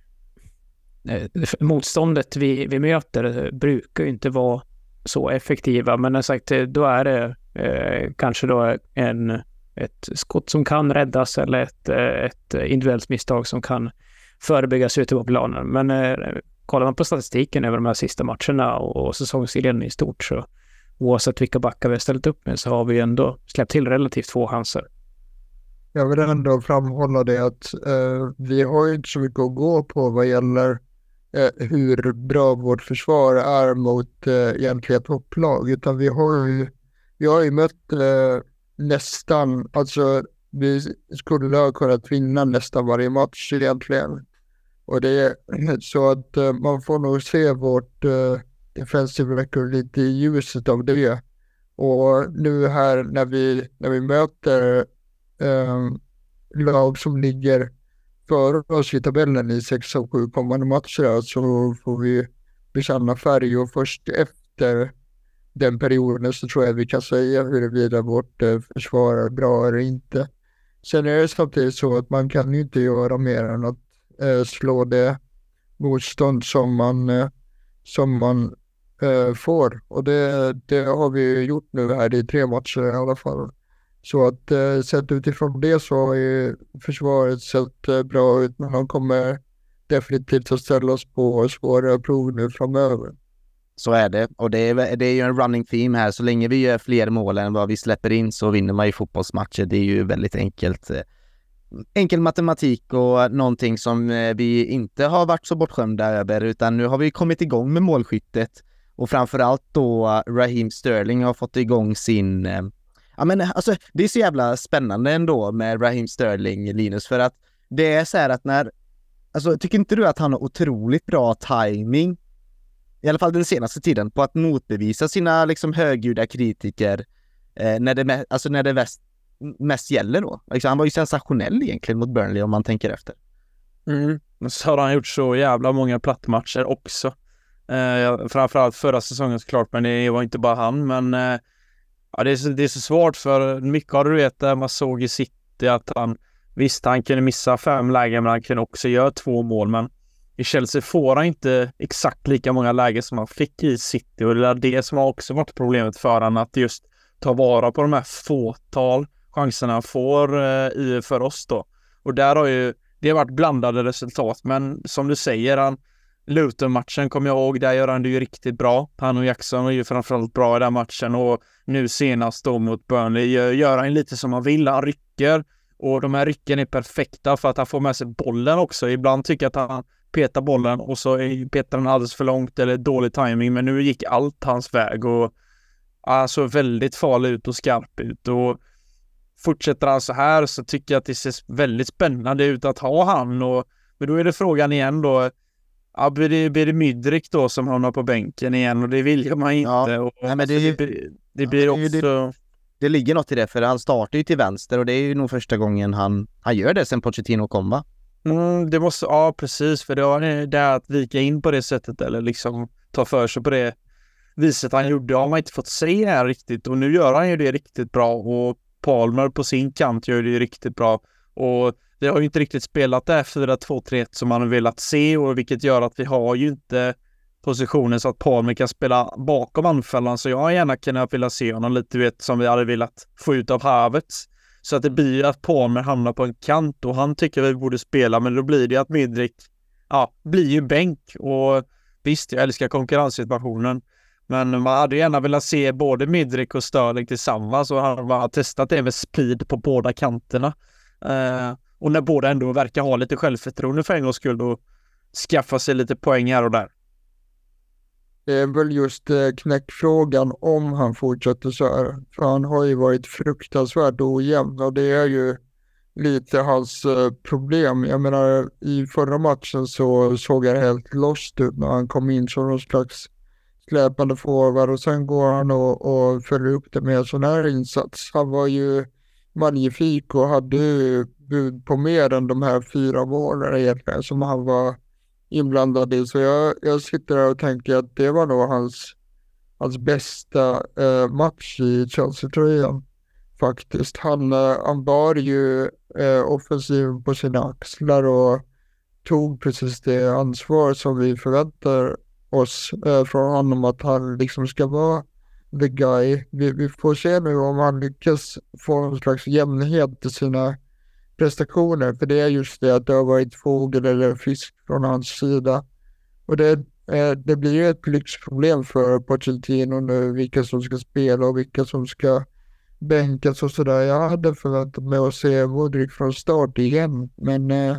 uh, motståndet vi, vi möter brukar ju inte vara så effektiva, men jag sagt, då är det eh, kanske då en, ett skott som kan räddas eller ett, ett individuellt misstag som kan förebyggas ute på planen. Men eh, kollar man på statistiken över de här sista matcherna och, och säsongsinledningen i stort, så oavsett vilka backar vi har ställt upp med så har vi ändå släppt till relativt få chanser. Jag vill ändå framhålla det att eh, vi har ju inte så mycket att gå på vad gäller Eh, hur bra vårt försvar är mot eh, egentligen topplag, utan vi har ju, vi har ju mött eh, nästan, alltså vi skulle ha kunnat vinna nästan varje match egentligen, och det är så att eh, man får nog se vårt eh, defensive record lite i ljuset av det. Och nu här när vi, när vi möter eh, lag som ligger för oss i tabellen i sex och sju kommande matcher, så får vi bekänna färg, och först efter den perioden så tror jag vi kan säga huruvida vårt eh, försvar är bra eller inte. Sen är det samtidigt så att man kan ju inte göra mer än att eh, slå det motstånd som man, eh, som man eh, får, och det, det har vi gjort nu här i tre matcher i alla fall. Så att eh, sett utifrån det så har ju försvaret sett eh, bra ut, men de kommer definitivt att ställa oss på svåra prov nu framöver. Så är det, och det är, det är ju en running theme här. Så länge vi gör fler mål än vad vi släpper in så vinner man ju fotbollsmatcher. Det är ju väldigt enkelt. Enkel matematik, och någonting som vi inte har varit så bortskämda över, utan nu har vi kommit igång med målskyttet. Och framförallt då Raheem Sterling har fått igång sin... Ja, men alltså, det är så jävla spännande ändå med Raheem Sterling, Linus, för att det är så här att när alltså tycker inte du att han har otroligt bra timing, i alla fall den senaste tiden, på att motbevisa sina liksom högljudda kritiker eh, när det, me- alltså när det mest, mest gäller då? Liksom, han var ju sensationell egentligen mot Burnley om man tänker efter. Mm. Så har han gjort så jävla många plattmatcher också. Eh, framförallt förra säsongen såklart, men det var inte bara han. Men eh, ja, det, är så, det är så svårt för mycket har du vet där man såg i City att han, visst han kunde missa fem lägen men han kunde också göra två mål. Men i Chelsea får han inte exakt lika många lägen som han fick i City. Och det är det som har också varit problemet för han, att just ta vara på de här fåtal chanserna han får eh, i för oss då. Och där har ju det har varit blandade resultat, men som du säger, han Luton-matchen kommer jag ihåg, där gör han det ju riktigt bra. Han och Jackson är ju framförallt bra i den matchen, och nu senast då mot Burnley gör han lite som han vill, han rycker, och de här rycken är perfekta för att han får med sig bollen också. Ibland tycker jag att han petar bollen och så petar han alldeles för långt eller dålig timing, men nu gick allt hans väg och alltså väldigt farlig ut och skarp ut. Och fortsätter han så här så tycker jag att det ser väldigt spännande ut att ha han. Och, men då är det frågan igen då, ja, blir, det, blir det Mydrik då som hamnar på bänken igen, och det vill man inte. Ja, och, nej, men det, alltså, det, det blir ja, också... Det, det ligger något i det, för han startar ju till vänster och det är ju nog första gången han, han gör det sen Pochettino kom, va? Mm, det måste, ja precis, för det var det att vika in på det sättet eller liksom ta för sig på det viset han gjorde, har man inte fått se här riktigt, och nu gör han ju det riktigt bra, och Palmer på sin kant gör det ju riktigt bra, och det har ju inte riktigt spelat det fyra två tre ett som man har velat se, och vilket gör att vi har ju inte positionen så att Palmer kan spela bakom anfallaren, så jag har gärna kunnat vilja se honom lite, vet, som vi hade velat få ut av Havertz. Så att det blir ju att Palmer hamnar på en kant och han tycker vi borde spela, men då blir det att Mydrik ja, blir ju bänk. Och visst, jag älskar konkurrenssituationen, men man hade gärna velat se både Mydrik och Sterling tillsammans, och han har testat det med speed på båda kanterna. Eh, och när båda ändå verkar ha lite självförtroende för en gångs skull och skaffa sig lite poäng här och där. Det är väl just eh, knäckfrågan om han fortsätter så här. För han har ju varit fruktansvärt ojämn, och det är ju lite hans eh, problem. Jag menar, i förra matchen så såg jag helt lost ut när han kom in som någon slags släpande forward, och sen går han och, och följer upp det med en sån här insats. Han var ju magnifik och hade ju bud på mer än de här fyra målen egentligen som han var inblandad i. Så jag, jag sitter där och tänker att det var nog hans, hans bästa eh, match i Chelsea-tröjan faktiskt. Han, eh, han bar ju eh, offensiven på sina axlar och tog precis det ansvar som vi förväntar oss eh, från honom, att han liksom ska vara the guy. Vi, vi får se nu om han lyckas få en slags jämnhet i sina prestationer, för det är just det att det har varit fågel eller fisk från hans sida, och det, eh, det blir ju ett lyxproblem för Pochettino nu, vilka som ska spela och vilka som ska bänkas och sådär. Jag hade förväntat mig att se Mudryk från start igen, men eh,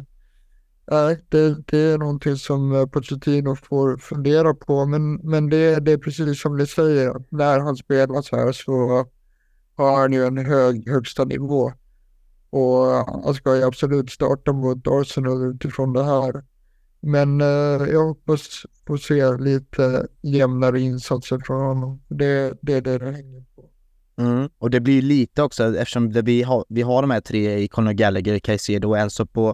det, det är någonting som Pochettino får fundera på, men, men det, det är precis som ni säger, när han spelar så här så har han ju en hög högsta nivå. Och han ska ju absolut starta mot Arsenal utifrån det här. Men eh, jag hoppas få se lite jämnare insatser från honom. Det, det är det det hänger på. Mm. Och det blir lite också, eftersom det, vi, har, vi har de här tre i Conor Gallagher, Caicedo och Enzo på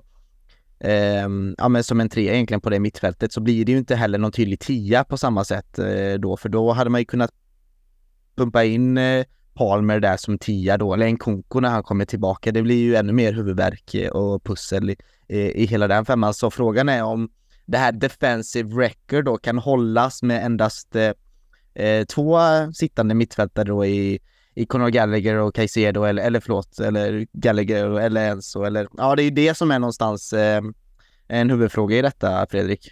eh, ja, men som en tre egentligen på det mittfältet, så blir det ju inte heller någon tydlig tia på samma sätt eh, då. För då hade man ju kunnat pumpa in eh, Palmer där som tia då, eller en Nkunku när han kommer tillbaka. Det blir ju ännu mer huvudvärk och pussel i, i, i hela den femman. Så frågan är om det här defensive record då kan hållas med endast eh, två sittande mittfältare då i, i Conor Gallagher och Caicedo, eller, eller förlåt, eller Gallagher eller Enzo, eller ja, det är ju det som är någonstans eh, en huvudfråga i detta, Fredrik.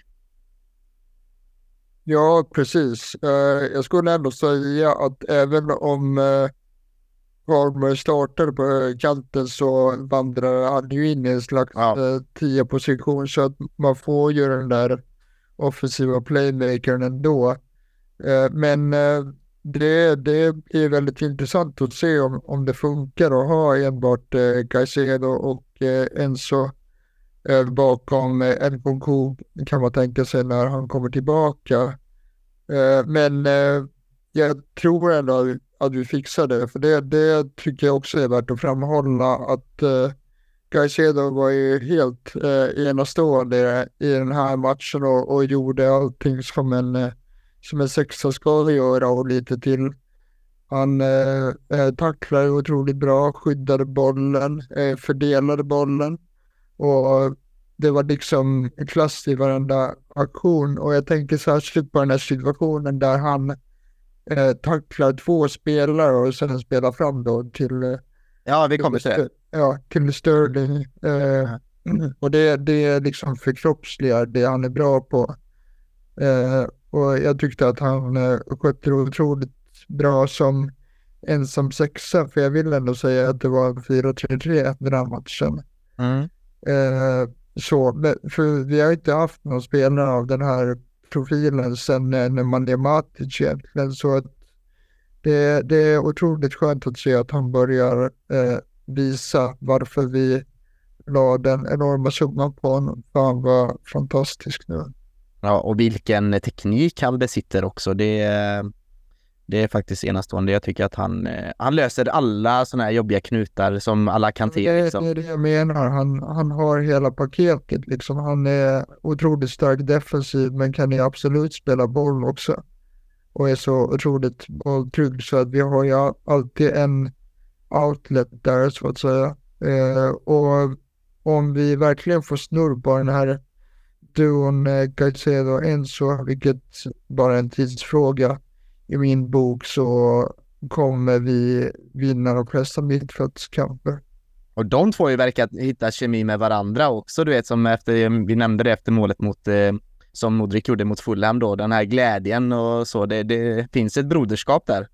Ja, precis. Uh, jag skulle ändå säga att även om uh, Palmer startar på kanten så vandrar han ju in i en slags ja. uh, tio position, så att man får ju den där offensiva playmakern ändå. Uh, men uh, det, det blir väldigt intressant att se om, om det funkar att ha enbart uh, Caicedo och uh, Enzo eh, bakom eh, Nkunku kan man tänka sig när han kommer tillbaka. Eh, men eh, jag tror ändå att vi fixar det, för det, det tycker jag också är värt att framhålla, att eh, Caicedo var ju helt eh, enastående i den här matchen och, och gjorde allting som en, eh, som en sexa ska göra och lite till. Han eh, tacklade otroligt bra, skyddade bollen, eh, fördelade bollen och det var liksom klass i varenda aktion. Och jag tänker särskilt på den här situationen där han eh, tacklar två spelare och sen spelar fram då till eh, Ja, vi kommer till det. Ja, till Sterling. Eh, och det, det liksom förkroppsligar det han är bra på. Eh, och jag tyckte att han eh, skötte otroligt bra som ensam sexa, för jag vill ändå säga att det var fyra tre tre den här matchen. Mm. Eh, så, för vi har inte haft någon spelare av den här profilen sen när man är Matic egentligen, så att det, det är otroligt skönt att se att han börjar eh, visa varför vi la den enorma summan på honom, för han var fantastisk nu. Ja, och vilken teknik han besitter också, det är, det är faktiskt enastående. Jag tycker att han, han löser alla sådana här jobbiga knutar som alla kan till. Det, liksom. det är det jag menar, han, han har hela paketet liksom. Han är otroligt stark defensiv men kan ju absolut spela boll också. Och är så otroligt bolltrygg, så att vi har ju alltid en outlet där, så att säga. Eh, och om vi verkligen får snurr på den här duon eh, Caicedo och Enzo, vilket bara är en tidsfråga i min bok, så kommer vi vinna de flesta mittfältskamper. Och de två har ju verkat hitta kemi med varandra också, du vet, som efter, vi nämnde det efter målet mot eh, som Modric gjorde mot Fulham då, den här glädjen och så, det, det finns ett broderskap där.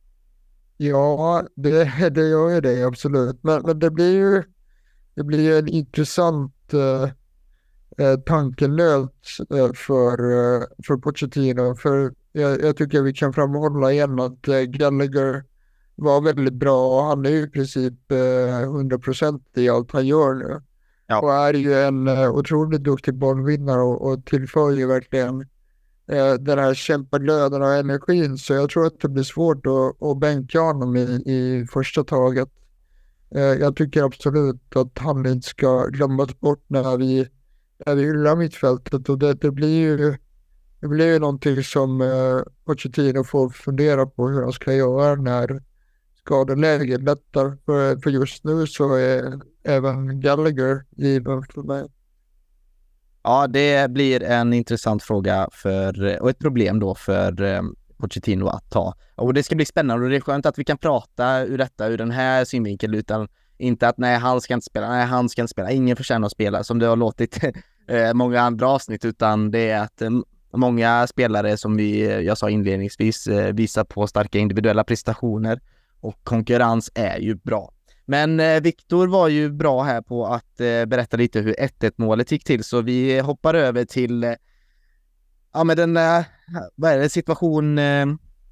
Ja, det, det gör ju det, absolut. Men, men det blir ju det blir en intressant eh, eh, tankenöt eh, för, eh, för Pochettino. För jag, jag tycker vi kan framhålla igen att eh, Gallagher var väldigt bra och han är ju i princip eh, hundra procent i allt han gör nu. Ja. Och är ju en eh, otroligt duktig bollvinnare och, och tillför ju verkligen eh, den här kämpaglöden och energin. Så jag tror att det blir svårt att, att bänka honom i, i första taget. Eh, jag tycker absolut att han inte ska glömmas bort när vi, när vi hyllar mittfältet. Och det, det blir ju det blir ju någonting som eh, Pochettino får fundera på hur han ska göra när skadeläget lättar. För, för just nu så är även Gallagher given för mig. Ja, det blir en intressant fråga för, och ett problem då för eh, Pochettino att ta. Och det ska bli spännande, och det är skönt att vi kan prata ur detta, ur den här synvinkeln, utan inte att nej, han ska inte spela, nej, han ska inte spela, ingen förtjänar att spela, som det har låtit eh, många andra avsnitt, utan det är att eh, många spelare, som vi, jag sa inledningsvis, eh, visar på starka individuella prestationer, och konkurrens är ju bra. Men eh, Viktor var ju bra här på att eh, berätta lite hur ett ett målet gick till, så vi hoppar över till eh, ja, men den eh, vad är det, situation eh,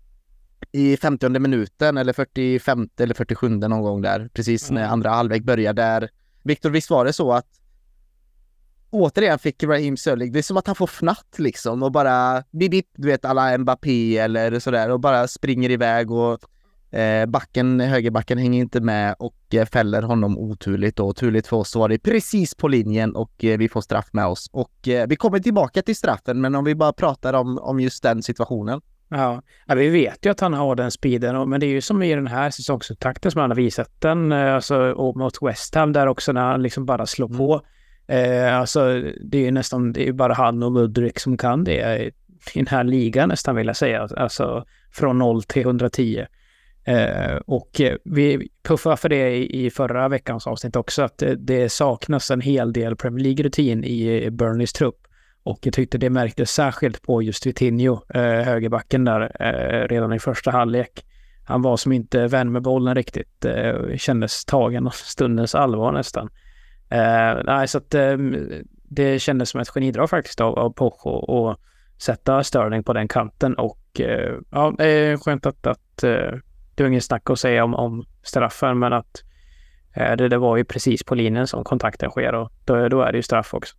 i femtionde minuten eller fyrtiofemte eller fyrtiosjunde någon gång där, precis när andra halvlek börjar där. Viktor, visst var det så att återigen fick Raheem Sterling, det är som att han får fnatt liksom och bara bip, bip, du vet, alla Mbappé eller sådär, och bara springer iväg, och eh, backen, högerbacken hänger inte med och eh, fäller honom oturligt, och turligt för oss så var det precis på linjen, och eh, vi får straff med oss, och eh, vi kommer tillbaka till straffen, men om vi bara pratar om, om just den situationen. Ja. ja, vi vet ju att han har den speeden, men det är ju som i den här säsongsupptakten som han har visat den, alltså, och mot West Ham där också, när han liksom bara slår på. Eh, alltså det är ju nästan, det är bara han och Mudryk som kan det i den här ligan nästan, vill jag säga, alltså från noll till hundratio. Eh, och vi puffade för det i, i förra veckans avsnitt också, att det, det saknas en hel del Premier League-rutin i Burnleys trupp. Och jag tyckte det märktes särskilt på just Vitinho, eh, högerbacken där, eh, redan i första halvlek. Han var som inte vän med bollen riktigt, eh, kändes tagen av stundens allvar nästan. Eh, nej, så att eh, det kändes som ett genidrag faktiskt av, av Poch och sätta Sterling på den kanten. Och eh, ja, det är skönt att, att eh, det är ingen snack att säga om, om straffen, men att eh, det, det var ju precis på linjen som kontakten sker, och då, då är det ju straff också.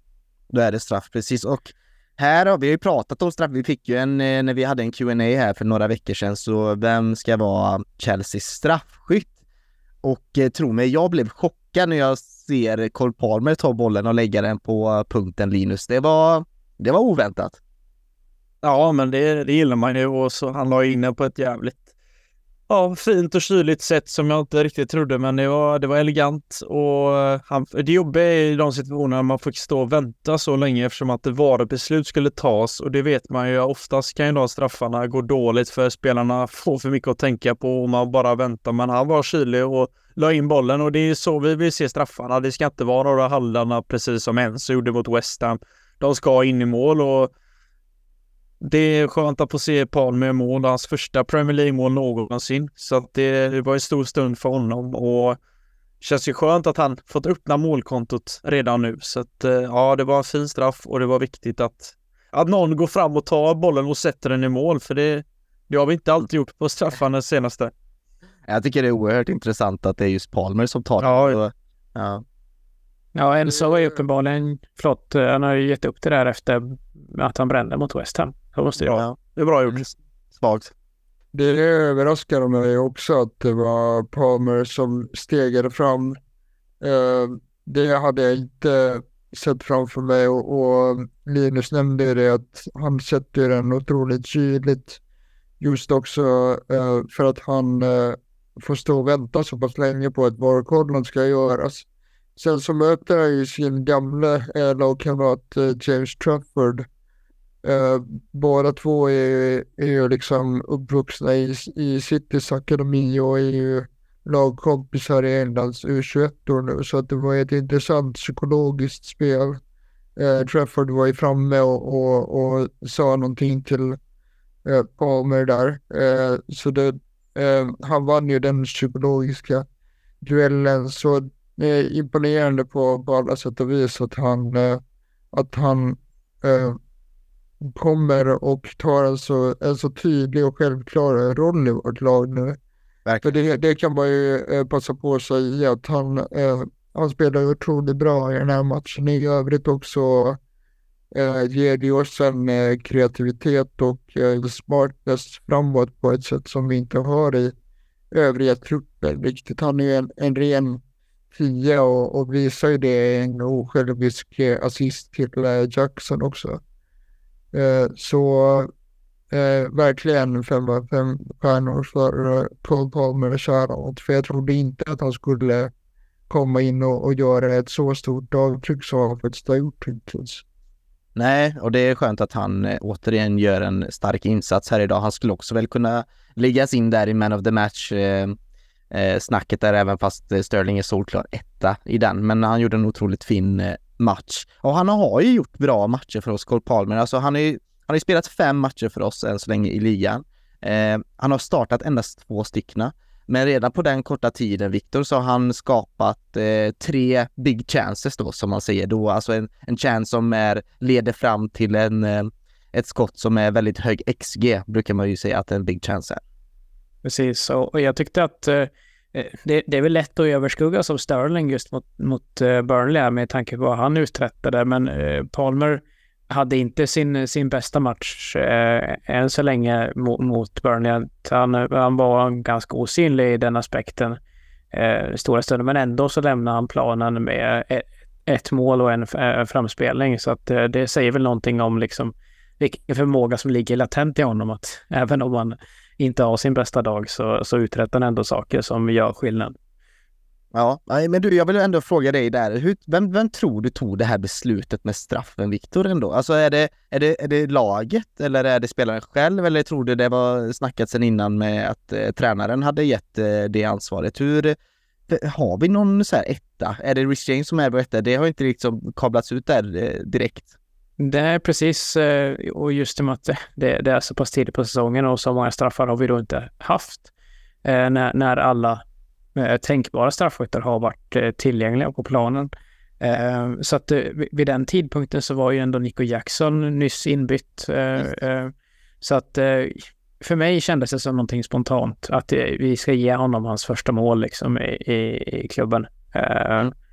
då är det straff, precis. Och här har vi ju pratat om straff. Vi fick ju en, när vi hade en Q and A här för några veckor sedan, så vem ska vara Chelseas straffskytt? Och eh, tro mig, jag blev chockad när jag ser Cole Palmer ta bollen och lägga den på punkten, Linus. Det var, det var oväntat. Ja, men det, det gillar man ju, och så han la in den på ett jävligt ja, fint och kyligt sätt som jag inte riktigt trodde, men det var, det var elegant. Och han, det jobbiga är i de situationerna man får stå och vänta så länge, eftersom att det var ett beslut skulle tas, och det vet man ju, oftast kan ju de straffarna gå dåligt för spelarna får för mycket att tänka på och man bara väntar, men han var kylig och la in bollen, och det är så vi vill se straffarna. Det ska inte vara några hallarna precis som Enzo gjorde mot West Ham. De ska in i mål, och det är skönt att få se Palmer mål, hans första Premier League-mål någonsin. Så att det, det var en stor stund för honom, och känns ju skönt att han fått öppna målkontot redan nu. Så att ja, det var en fin straff, och det var viktigt att, att någon går fram och tar bollen och sätter den i mål, för det, det har vi inte alltid gjort på straffarna senaste. Jag tycker det är oerhört intressant att det är just Palmer som tar ja. det. Ja. Ja, Enzo var ju uppenbarligen, förlåt, han har ju gett upp det där efter att han brände mot West Ham. Det måste jag. Ja, det är bra gjort. Svagt. Det överraskade mig också att det var Palmer som stegade fram. Det hade jag inte sett framför mig, och Linus nämnde det att han sätter den otroligt kyligt, just också för att han får stå och vänta så pass länge på att varkollen ska göras. Sen så möter han ju sin gamla eh, lagkamrat eh, James Trafford. Eh, båda två är, är ju liksom uppvuxna i, i Citys akademi och är ju lagkompisar i Englands U tjugoett år nu. Så att det var ett intressant psykologiskt spel. Eh, Trafford var ju framme och, och, och sa någonting till eh, Palmer där. Eh, så det, eh, han vann ju den psykologiska duellen, så det är imponerande på, på alla sätt och vis att han, eh, att han eh, kommer och tar en så, en så tydlig och självklar roll i vårt lag nu. För det, det kan man ju eh, passa på att säga att han, eh, han spelar otroligt bra i den här matchen. I övrigt också eh, ger det oss en eh, kreativitet och eh, smartness framåt på ett sätt som vi inte har i övriga trupper riktigt. Han är ju en, en ren tio och, och visar ju det en osjälvisk eh, assist till eh, Jackson också. Eh, så eh, verkligen fem av fem stjärnor för uh, Cole Palmer och Charlotte, för jag trodde inte att han skulle komma in och, och göra ett så stort avtryck som han faktiskt har gjort hittills. Nej, och det är skönt att han eh, återigen gör en stark insats här idag. Han skulle också väl kunna liggas in där i Man of the Match eh, eh, snacket där, även fast eh, Sterling är solklar etta i den. Men han gjorde en otroligt fin eh, match. Och han har ju gjort bra matcher för oss, Cole Palmer. Alltså han har ju, han har ju spelat fem matcher för oss än så länge i ligan. Eh, han har startat endast två styckna. Men redan på den korta tiden, Victor, så har han skapat eh, tre big chances då, som man säger då. Alltså en, en chance som är, leder fram till en, eh, ett skott som är väldigt hög X G, brukar man ju säga att en big chance är. Precis, och jag tyckte att eh, det, det är väl lätt att överskuggas av Sterling just mot, mot eh, Burnley med tanke på vad han uträttade. Men eh, Palmer hade inte sin, sin bästa match eh, än så länge mot, mot Burnley. Han, han var ganska osynlig i den aspekten eh, stora stunder, men ändå så lämnade han planen med ett, ett mål och en eh, framspelning. Så att, eh, det säger väl någonting om liksom, vilken förmåga som ligger latent i honom, att även om han inte har sin bästa dag så, så uträttar han ändå saker som gör skillnad. Ja, men du, jag vill ändå fråga dig där. Hur, vem, vem tror du tog det här beslutet med straffen, Victor, ändå? Alltså är det, är det, är det laget eller är det spelaren själv, eller tror du det var snackat sedan innan med att eh, tränaren hade gett eh, det ansvaret? Hur, har vi någon så här etta? Är det Reece James som är på etta? Det har inte liksom kablats ut där eh, direkt. Det är precis, och just med att det, det är så pass tidigt på säsongen och så många straffar har vi då inte haft eh, när, när alla eh, tänkbara straffskyttar har varit eh, tillgängliga på planen. Eh, så att eh, vid den tidpunkten så var ju ändå Nico Jackson nyss inbytt. Eh, eh, så att eh, för mig kändes det som någonting spontant att eh, vi ska ge honom hans första mål liksom, i, i, i klubben. Eh,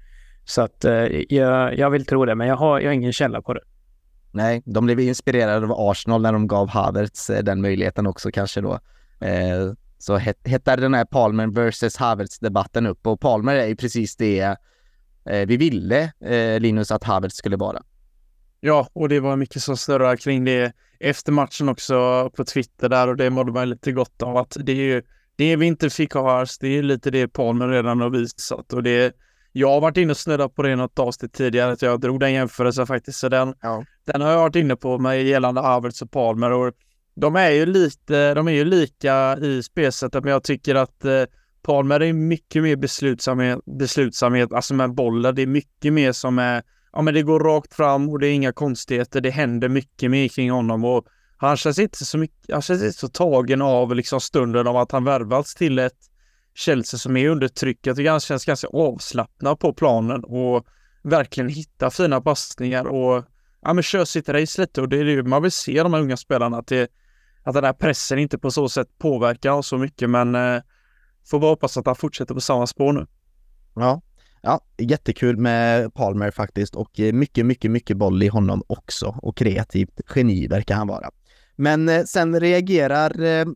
Så att eh, jag, jag vill tro det, men jag har, jag har ingen källa på det. Nej, de blev inspirerade av Arsenal när de gav Havertz eh, den möjligheten också kanske då. Eh, så het, hettade den här Palmer versus Havertz-debatten upp, och Palmer är ju precis det eh, vi ville, eh, Linus, att Havertz skulle vara. Ja, och det var mycket som snurrar kring det efter matchen också på Twitter där, och det mådde man lite gott av att det är ju det vi inte fick ha här, det är lite det Palmer redan har visat, och det jag har varit inne och snurrat på det något avsnitt tidigare, att jag drog den jämförelsen faktiskt, så den, ja. den har jag varit inne på med gällande Havertz och Palmer, och de är ju lite, de är ju lika i spelsättet, men jag tycker att eh, Palmer är mycket mer beslutsamhet, beslutsamhet alltså med bollen, det är mycket mer som är, ja men det går rakt fram och det är inga konstigheter, det händer mycket mer kring honom, och han känns inte så mycket, han känns inte så tagen av liksom stunden av att han värvats till ett Chelsea som är under tryck. Jag tycker han känns ganska avslappnad på planen och verkligen hitta fina passningar och ja men kör sitt race lite, och det är det man vill se de här unga spelarna, att, det, att den här pressen inte på så sätt påverkar så mycket, men eh, får bara hoppas att han fortsätter på samma spår nu. Ja. Ja, jättekul med Palmer faktiskt, och mycket, mycket, mycket boll i honom också, och kreativt geni verkar han vara. Men eh, sen reagerar eh,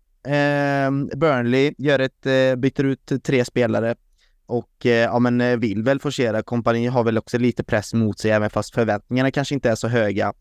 Burnley, gör ett, eh, byter ut tre spelare och eh, ja, men vill väl forcera. Kompani har väl också lite press mot sig, även fast förväntningarna kanske inte är så höga.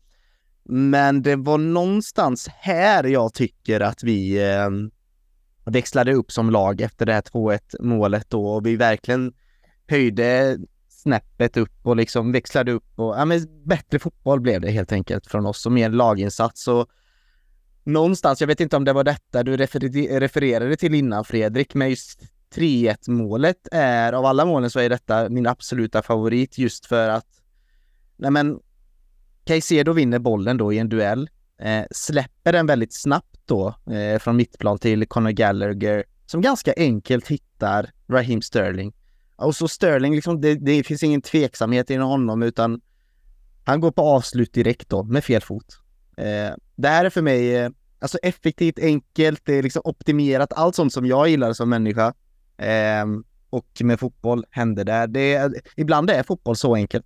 Men det var någonstans här jag tycker att vi eh, växlade upp som lag efter det här två ett målet då, och vi verkligen höjde snäppet upp och liksom växlade upp, och ja, men bättre fotboll blev det helt enkelt från oss, och mer laginsats. Och någonstans, jag vet inte om det var detta du refer- refererade till innan, Fredrik, men just tre ett målet är, av alla målen så är detta min absoluta favorit, just för att nej men Caicedo vinner bollen då i en duell, eh, släpper den väldigt snabbt då eh, från mittplan till Conor Gallagher, som ganska enkelt hittar Raheem Sterling. Och så Sterling, liksom, det, det finns ingen tveksamhet i honom, utan han går på avslut direkt då med fel fot. Eh, det här är för mig eh, alltså effektivt, enkelt, det är liksom optimerat, allt sånt som jag gillar som människa. Eh, och med fotboll händer där. Det är, ibland är fotboll så enkelt.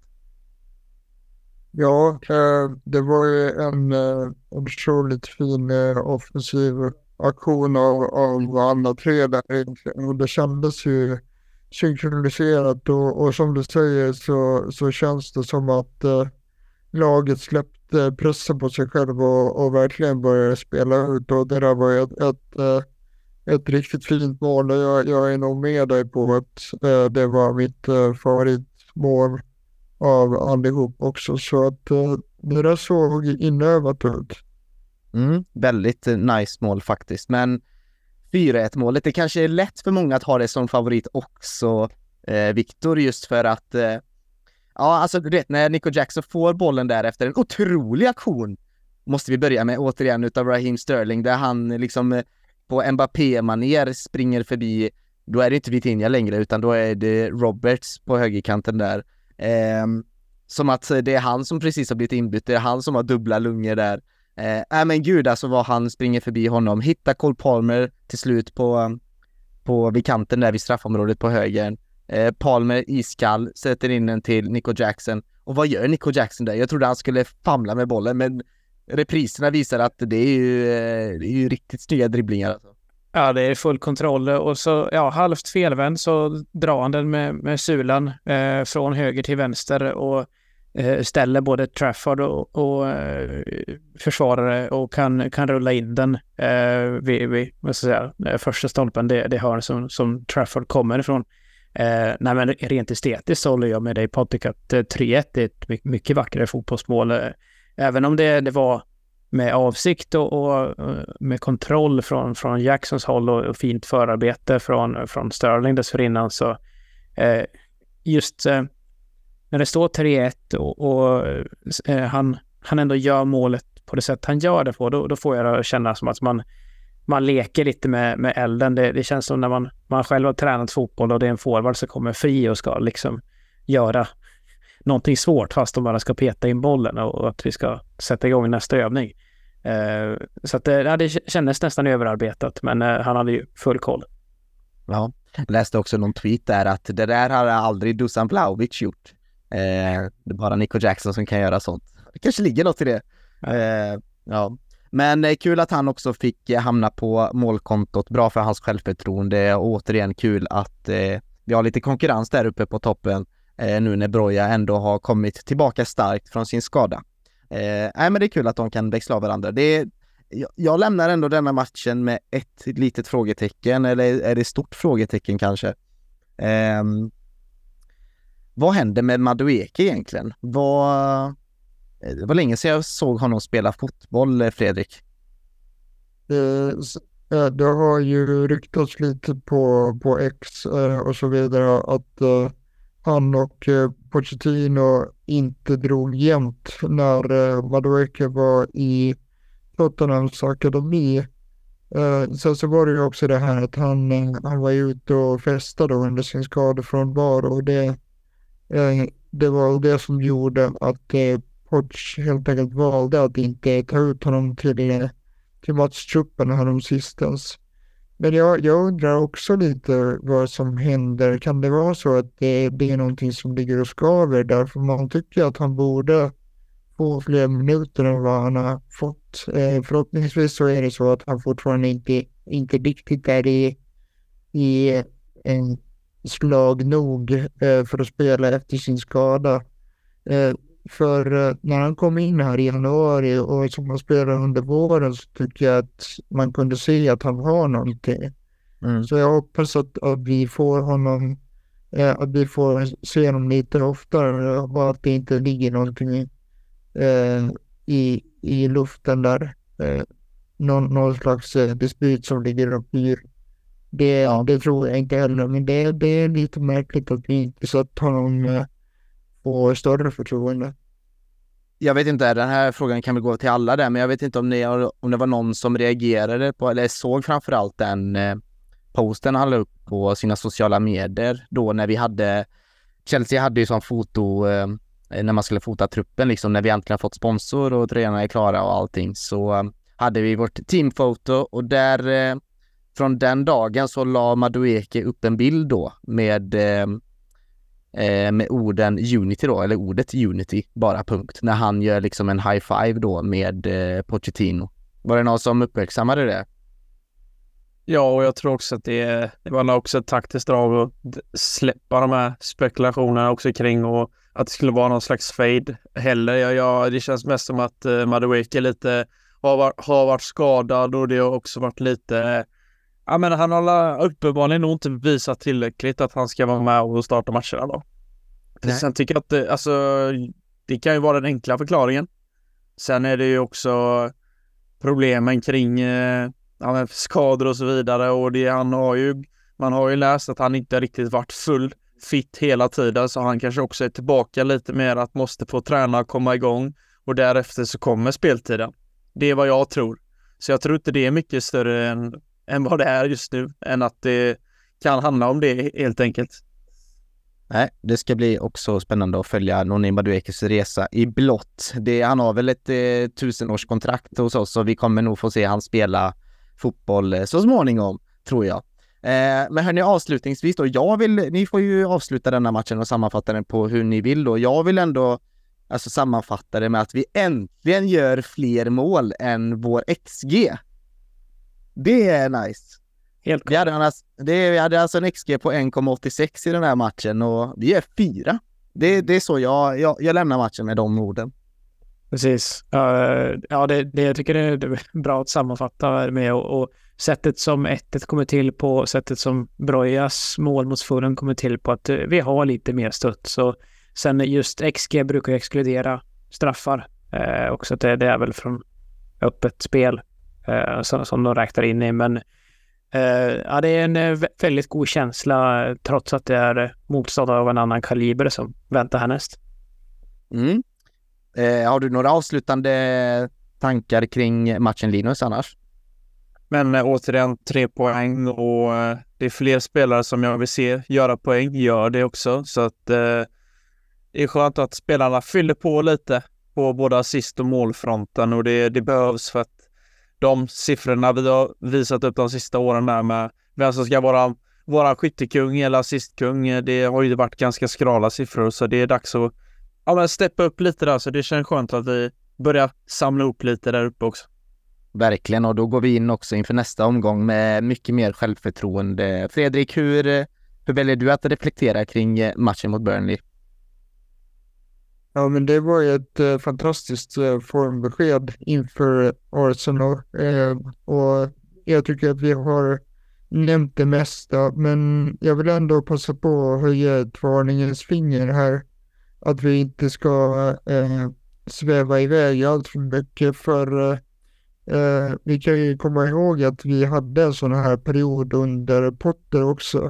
Ja, eh, det var ju en eh, otroligt fin eh, offensiv aktion av, av alla tre där, och det kändes ju synkroniserat, och, och som du säger så, så känns det som att eh, laget släppte pressen på sig själv och, och verkligen började spela ut, och det där var ett, ett, ett riktigt fint mål, och jag, jag är nog med dig på att eh, det var mitt eh, favoritmål av allihop också, så att eh, det där såg inövat ut. Mm, väldigt nice mål faktiskt, men fyra ett målet, det kanske är lätt för många att ha det som favorit också, eh, Victor, just för att eh, ja, alltså du vet, när Nico Jackson får bollen där efter en otrolig aktion, måste vi börja med återigen utav Raheem Sterling, där han liksom eh, på Mbappé-manér springer förbi, då är det inte Vitinha längre, utan då är det Roberts på högerkanten där, eh, som att det är han som precis har blivit inbytt, det är han som har dubbla lungor där. Eh, äh, men gud, alltså vad han springer förbi honom, hittar Cole Palmer till slut på, på vid kanten där vid straffområdet på höger. eh, Palmer iskall sätter in den till Nico Jackson, och vad gör Nico Jackson där? Jag trodde han skulle famla med bollen, men repriserna visar att det är ju, det är ju riktigt snygga dribblingar alltså. Ja, det är full kontroll, och så ja, halvt felvänd så drar han den med, med sulan eh, från höger till vänster, och ställer både Trafford och, och uh, försvarare, och kan, kan rulla in den uh, vid, vid vad ska jag säga, första stolpen, det, det hörn som, som Trafford kommer ifrån. Uh, nej, men rent estetiskt så håller jag med dig, Patrik, att uh, tre ett är ett mycket, mycket vackrare fotbollsmål. Uh, även om det, det var med avsikt och, och uh, med kontroll från, från Jacksons håll, och, och fint förarbete från, från Sterling dessförinnan, så uh, just uh, när det står tre ett och, och eh, han, han ändå gör målet på det sätt han gör det på, då, då får jag känna som att man, man leker lite med, med elden. Det, det känns som när man, man själv har tränat fotboll och det är en forward som kommer fri och ska liksom göra någonting svårt fast de bara ska peta in bollen, och, och att vi ska sätta igång nästa övning. Eh, så att det, det kändes nästan överarbetat, men eh, han hade ju full koll. Ja, jag läste också någon tweet där att det där har aldrig Dusan Vlahovic gjort. Eh, det är bara Nico Jackson som kan göra sånt. Det kanske ligger något i det. Eh, ja. Men eh, kul att han också fick eh, hamna på målkontot. Bra för hans självförtroende. Och återigen kul att eh, vi har lite konkurrens där uppe på toppen. Eh, nu när Broja ändå har kommit tillbaka starkt från sin skada. Eh, nej, men det är kul att de kan växla av varandra. Det är, jag, jag lämnar ändå denna matchen med ett litet frågetecken. Eller är det stort frågetecken kanske? Eh, vad händer med Madueke egentligen? Vad... Det var länge sedan jag såg honom spela fotboll, Fredrik. Det, det har ju ryktats lite på, på X och så vidare att uh, han och uh, Pochettino inte drog jämnt när uh, Madueke var i Tottenhams akademi. Uh, så, så var det ju också det här att han, uh, han var ute och festade under sin skadefrånvaro och det, uh, det var det som gjorde att uh, Poch helt enkelt valde att inte ta ut honom till, till matchtruppen här sistens. Men jag, jag undrar också lite vad som händer. Kan det vara så att det, det är någonting som ligger och skaver därför man tycker att han borde få fler minuter än vad han har fått. Eh, förhoppningsvis så är det så att han fortfarande inte, inte riktigt är i, i en slag nog eh, för att spela efter sin skada. Eh, För uh, när han kom in här i januari och som han spelade under våren så tycker jag att man kunde se att han har någonting. Mm. Så jag hoppas att, att vi får honom, uh, att vi får se honom lite oftare och att det inte ligger någonting uh, i, i luften där. Uh, någon, någon slags uh, dispyt som ligger och pyr. Det, ja. det tror jag inte heller, men det, det är lite märkligt att vi inte satt honom uh, på större förtroende. Jag vet inte, den här frågan kan väl gå till alla där, men jag vet inte om, ni, om det var någon som reagerade på, eller såg framförallt den eh, posten han la upp på sina sociala medier då när vi hade, Chelsea hade ju som foto eh, när man skulle fota truppen liksom, när vi äntligen fått sponsor och tränarna är klara och allting, så eh, hade vi vårt teamfoto och där eh, från den dagen så la Madueke upp en bild då med eh, med orden Unity då, eller ordet Unity, bara punkt, när han gör liksom en high five då med eh, Pochettino. Var det någon som uppmärksammade det? Ja, och jag tror också att det, det var också ett taktiskt drag att släppa de här spekulationerna också kring och att det skulle vara någon slags fade heller. Ja, ja, det känns mest som att uh, Madueke lite har varit, har varit skadad och det har också varit lite... Uh, Ja, men han har uppenbarligen nog inte visat tillräckligt att han ska vara med och starta matcherna då. Nej. Sen tycker jag att det, alltså, det kan ju vara den enkla förklaringen. Sen är det ju också problemen kring eh, ja, skador och så vidare. Och det, han har ju, man har ju läst att han inte riktigt varit full fit hela tiden. Så han kanske också är tillbaka lite mer att måste få träna och komma igång. Och därefter så kommer speltiden. Det är vad jag tror. Så jag tror inte det är mycket större än än vad det är just nu, än att det kan handla om det helt enkelt. Nej, det ska bli också spännande att följa Noni Maduekes resa i blått. Det, han har väl ett eh, tusenårskontrakt hos oss, så vi kommer nog få se han spela fotboll eh, så småningom, tror jag. Eh, men hörni, avslutningsvis då, jag vill, ni får ju avsluta denna matchen och sammanfatta den på hur ni vill då. Jag vill ändå alltså sammanfatta det med att vi äntligen gör fler mål än vår X G. Det är nice. Helt vi, hade annars, det, vi hade alltså en X G på en komma åttiosex i den här matchen och vi är fyra. Det, det är så jag, jag, jag lämnar matchen med de orden. Precis. Uh, ja, det, det jag tycker det är bra att sammanfatta med och, och sättet som ett ett kommer till på, sättet som Brojas mål mot Fulham kommer till på, att uh, vi har lite mer stött. Så sen just X G brukar exkludera straffar. Uh, också att det, det är väl från öppet spel. Uh, som, som de räknar in i, men uh, ja, det är en uh, väldigt god känsla uh, trots att det är uh, motståndare av en annan kaliber som väntar härnäst. Mm. Uh, har du några avslutande tankar kring matchen, Linus, annars? Men uh, återigen tre poäng och uh, det är fler spelare som jag vill se göra poäng, gör det också, så att uh, det är skönt att spelarna fyller på lite på både assist- och målfronten och det, det behövs för att de siffrorna vi har visat upp de sista åren där med vem som ska vara vara skyttekung eller assistkung, det har ju varit ganska skrala siffror, så det är dags att ja, men steppa upp lite där, så det känns skönt att vi börjar samla upp lite där uppe också. Verkligen, och då går vi in också inför nästa omgång med mycket mer självförtroende. Fredrik, hur, hur väljer du att reflektera kring matchen mot Burnley? Ja, men det var ju ett eh, fantastiskt eh, formbesked inför Arsenal. Eh, och jag tycker att vi har nämnt det mesta, men jag vill ändå passa på att höja ett varningens finger här. Att vi inte ska eh, sväva iväg allt för mycket, för eh, eh, vi kan ju komma ihåg att vi hade en sån här period under Potter också.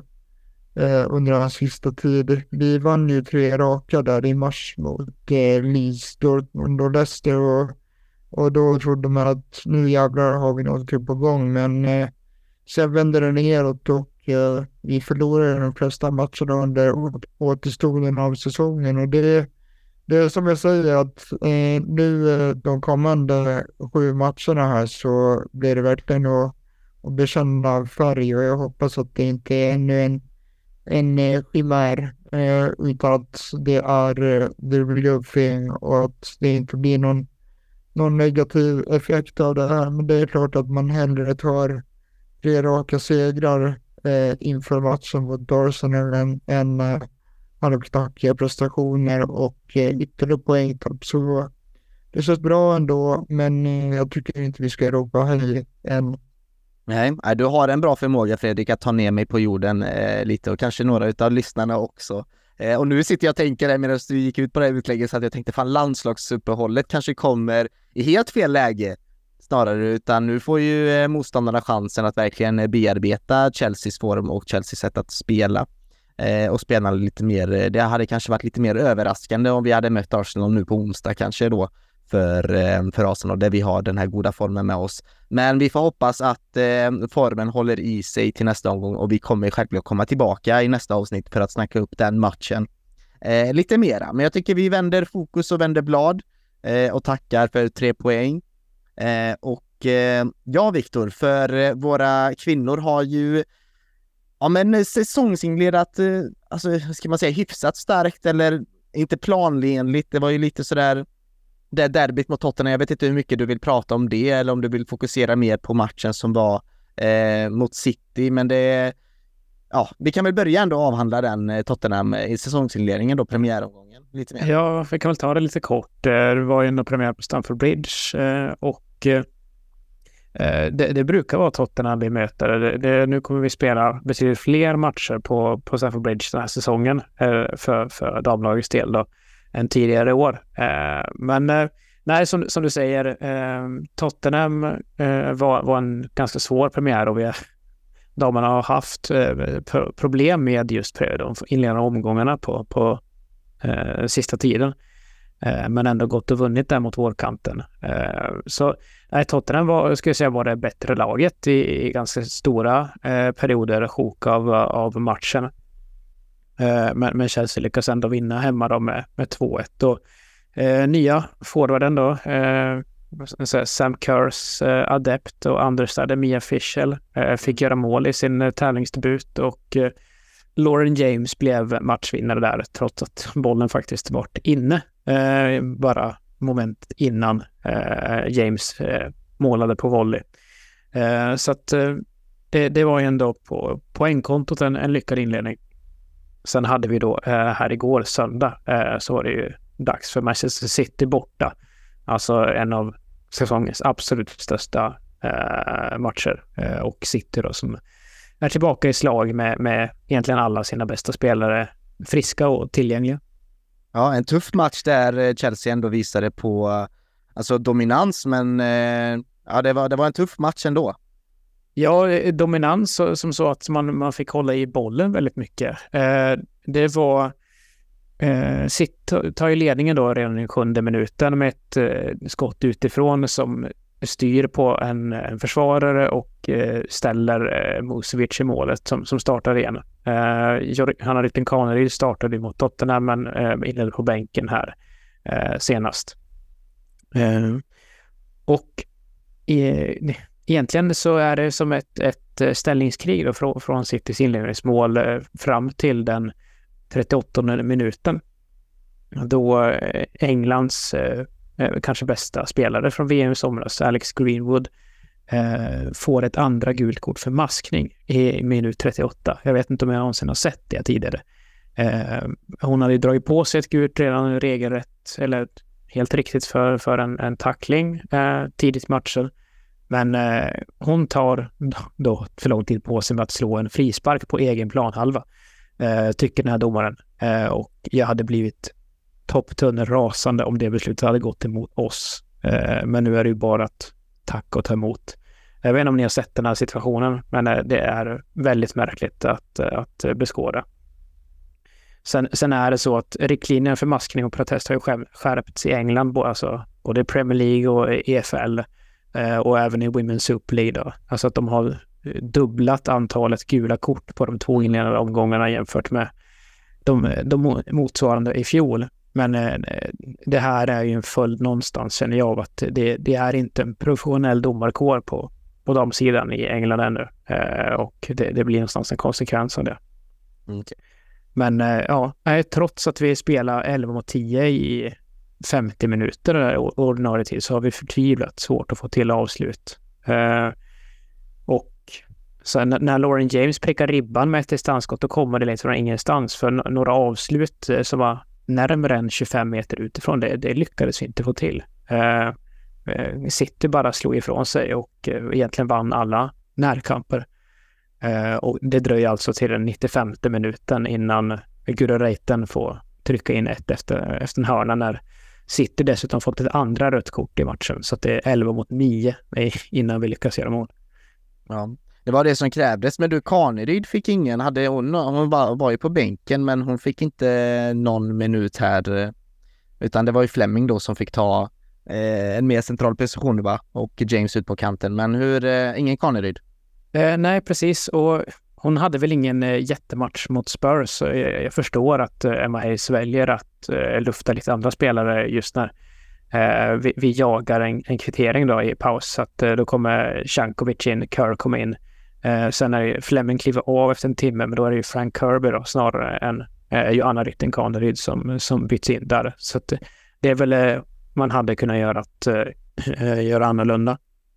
Eh, under hans sista tid. Vi vann ju tre raka där i mars mot eh, Leeds, Dortmund och Leicester, och, och då trodde man att nu jävlar har vi något på gång, men eh, sen vände det neråt och eh, vi förlorade de flesta matcherna under återstoden av säsongen, och det, det är som jag säger att eh, nu eh, de kommande sju matcherna här så blir det verkligen att, att bekänna färg, och jag hoppas att det inte är ännu en en eh, skimär eh, utan att det är eh, the real thing, och att det inte blir någon, någon negativ effekt av det här. Men det är klart att man hellre tar tre raka segrar eh, inför matchen mot Arsenal än, än eh, halvknackiga prestationer och eh, ytterligare poängtapp. Så det känns bra ändå, men eh, jag tycker inte vi ska ropa hej än. Nej, du har en bra förmåga, Fredrik, att ta ner mig på jorden eh, lite, och kanske några utav lyssnarna också. Eh, och nu sitter jag och tänker här medan du gick ut på det här utlägget, så att jag tänkte fan, landslagsuppehållet kanske kommer i helt fel läge snarare, utan nu får ju eh, motståndarna chansen att verkligen bearbeta Chelseas form och Chelseas sätt att spela. Eh, och spela lite mer, det hade kanske varit lite mer överraskande om vi hade mött Arsenal nu på onsdag kanske då. För, för Arsenal, där vi har den här goda formen med oss. Men vi får hoppas att eh, formen håller i sig till nästa omgång, och vi kommer självklart komma tillbaka i nästa avsnitt för att snacka upp den matchen eh, lite mera. Men jag tycker vi vänder fokus och vänder blad eh, och tackar för tre poäng. Eh, och eh, ja, Viktor, för eh, våra kvinnor har ju ja, men säsongsinledat, eh, alltså ska man säga hyfsat starkt, eller inte planenligt. Det var ju lite sådär det derbyt mot Tottenham. Jag vet inte hur mycket du vill prata om det, eller om du vill fokusera mer på matchen som var eh, mot City, men det ja, vi kan väl börja ändå avhandla den eh, Tottenham i säsongsinledningen då, premiäromgången lite mer. Ja, vi kan väl ta det lite kort. Det var ju ändå premiär på Stamford Bridge eh, och eh, det, det brukar vara Tottenham vi möter. Det, det, nu kommer vi spela betydligt fler matcher på, på Stamford Bridge den här säsongen eh, för, för damlagets del då, än tidigare år. Eh, men eh, nej, som, som du säger, eh, Tottenham eh, var, var en ganska svår premiär, och vi damerna har haft eh, problem med just de inledande omgångarna på, på eh, sista tiden. Eh, men ändå gått och vunnit där mot vårkanten. Eh, så nej, Tottenham var, skulle jag säga, var det bättre laget i, i ganska stora eh, perioder, sjok av, av matchen. Eh, men, men Chelsea lyckas ändå vinna hemma då med, med två ett. Och eh, nya forwarden då, eh, Sam Kerrs eh, adept och understudy Mia Fischel eh, fick göra mål i sin eh, tävlingsdebut, och eh, Lauren James blev matchvinnare där, trots att bollen faktiskt varit inne eh, bara moment innan eh, James eh, målade på volley. Eh, så att eh, det, det var ju ändå på poängkontot en, en lyckad inledning. Sen hade vi då eh, här igår söndag eh, så var det ju dags för Manchester City borta. Alltså en av säsongens absolut största eh, matcher. Eh, och City då som är tillbaka i slag med, med egentligen alla sina bästa spelare friska och tillgängliga. Ja, en tuff match där Chelsea ändå visade på alltså dominans, men eh, ja, det var, det var en tuff match ändå. Ja, dominans som så att man, man fick hålla i bollen väldigt mycket. Eh, det var eh, City tar ju ledningen då redan i sjunde minuten med ett eh, skott utifrån som styr på en, en försvarare och eh, ställer eh, Musovic i målet som, som startar igen. Eh, Hanna Rytting-Kaneryd startade mot Tottenham, men eh, inledde på bänken här eh, senast. Eh, och eh, egentligen så är det som ett, ett ställningskrig då, från, från Citys inledningsmål eh, fram till den trettioåttonde minuten. då Englands eh, kanske bästa spelare från V M i somras, Alex Greenwood, eh, får ett andra gult kort för maskning i minut trettioåtta. Jag vet inte om jag någonsin har sett det tidigare. Eh, hon hade ju dragit på sig ett gult redan regelrätt, eller helt riktigt för, för en, en tackling eh, tidigt i matchen. Men eh, hon tar då för lång tid på sig med att slå en frispark på egen planhalva, eh, tycker den här domaren. Eh, och jag hade blivit topptunnel rasande om det beslutet hade gått emot oss. Eh, men nu är det ju bara att tacka och ta emot. Jag vet inte om ni har sett den här situationen, men eh, det är väldigt märkligt att, att beskåda. Sen, sen är det så att riktlinjerna för maskning och protest har ju skärpts i England, alltså både i Premier League och E F L eh, och även i Women's Super League då. Alltså att de har dubblat antalet gula kort på de två inledande omgångarna jämfört med de, de motsvarande i fjol. Men eh, det här är ju en följd någonstans, känner jag, av att det, det är inte en professionell domarkår på, på de sidan i England ännu. Eh, och det, det blir någonstans en konsekvens av det. Okay. Men eh, ja, trots att vi spelar elva mot tio i femtio minuter ordinarie tid, så har vi förtvivlat svårt att få till avslut. Eh, och sen när Lauren James prickar ribban med ett distansskott, då kommer det lite från ingenstans, för några avslut som var närmare än tjugofem meter utifrån, det, det lyckades vi inte få till. Eh, City bara slog ifrån sig och eh, egentligen vann alla närkamper. Eh, och det dröjer alltså till den nittiofemte minuten innan Guro Reiten får trycka in ett efter, efter en hörna, när City dessutom fått ett andra rött kort i matchen. Så att det är elva mot nio innan vi lyckas göra mål. Ja, det var det som krävdes. Men du, Kaneryd fick ingen, hade hon, hon var, var ju på bänken, men hon fick inte någon minut här, utan det var ju Fleming då som fick ta eh, en mer central position, va? Och James ut på kanten. Men hur, eh, ingen Kaneryd? Eh, nej, precis. Och hon hade väl ingen eh, jättematch mot Spurs. Så jag, jag förstår att eh, Emma Hayes väljer att eh, lufta lite andra spelare just när eh, vi, vi jagar en, en kvittering då i paus. Så att eh, då kommer Shankovic in, Kerr kommer in. Eh, sen är Fleming kliver av efter en timme, men då är det ju Frank Kirby då, snarare än eh, Johanna Rytten-Kaneryd som, som byts in där. Så att, det är väl eh, man hade kunnat göra, att, eh, göra annorlunda.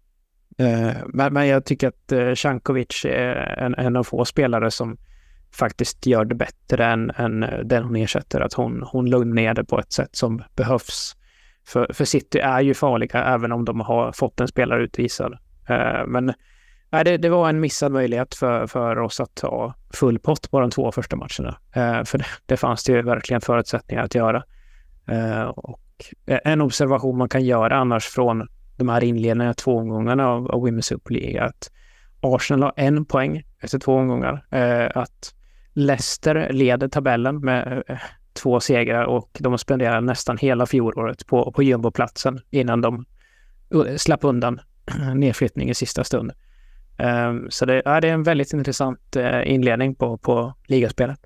Uh, men, men jag tycker att uh, Shankovic är en, en av få spelare som faktiskt gör det bättre än, än den hon ersätter. Att hon, hon lugnar ner det på ett sätt som behövs. För, för City är ju farliga även om de har fått en spelare utvisad. Uh, men uh, det, det var en missad möjlighet för, för oss att ta full pott på de två första matcherna. Uh, för det, det fanns det ju verkligen förutsättningar att göra. Uh, och en observation man kan göra annars från de här inledande två omgångarna av, av Women's Super League, att Arsenal har en poäng efter två omgångar. Eh, att Leicester leder tabellen med eh, två segrar, och de spenderar nästan hela fjolåret på, på jumboplatsen innan de uh, slapp undan nedflyttning i sista stund. Eh, så det, ja, det är en väldigt intressant eh, inledning på, på ligaspelet.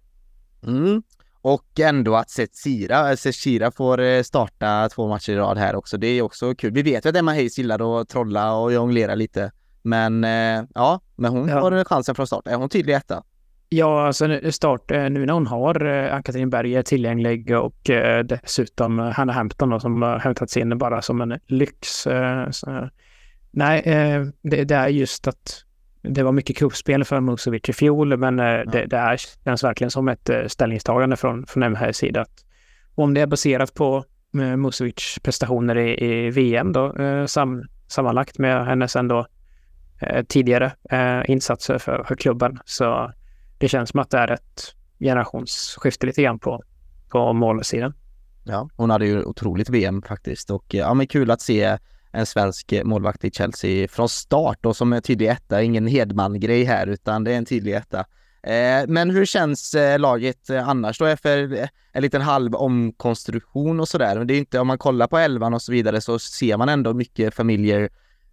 Mm. Och ändå att Setsira, Setsira får starta två matcher i rad här också. Det är också kul. Vi vet ju att Emma Hayes gillar att trolla och jonglera lite. Men ja, men hon ja. får chansen från start. Är hon tydlig etta? Ja, alltså start nu när hon har Ann-Katrin Berger tillgänglig och dessutom Hannah Hampton då, som har hämtats in bara som en lyx. Så, nej, det, det är just att det var mycket kuppspel för Musovic i fjol, men ja. det, det är, känns verkligen som ett ställningstagande från, från M H sida. Att om det är baserat på Musovic prestationer i, i V M då, sam, sammanlagt med hennes ändå eh, tidigare eh, insatser för, för klubben, så det känns som att det är ett generationsskifte lite grann på, på målsidan. Ja, hon hade ju otroligt V M faktiskt, och ja, men kul att se en svensk målvakt i Chelsea från start och som är tydlig etta. Ingen Hedman-grej här, utan det är en tydlig etta. Eh, men hur känns eh, laget eh, annars då efter en liten halv omkonstruktion och sådär? Men det är inte, om man kollar på elvan och så vidare, så ser man ändå mycket familjer,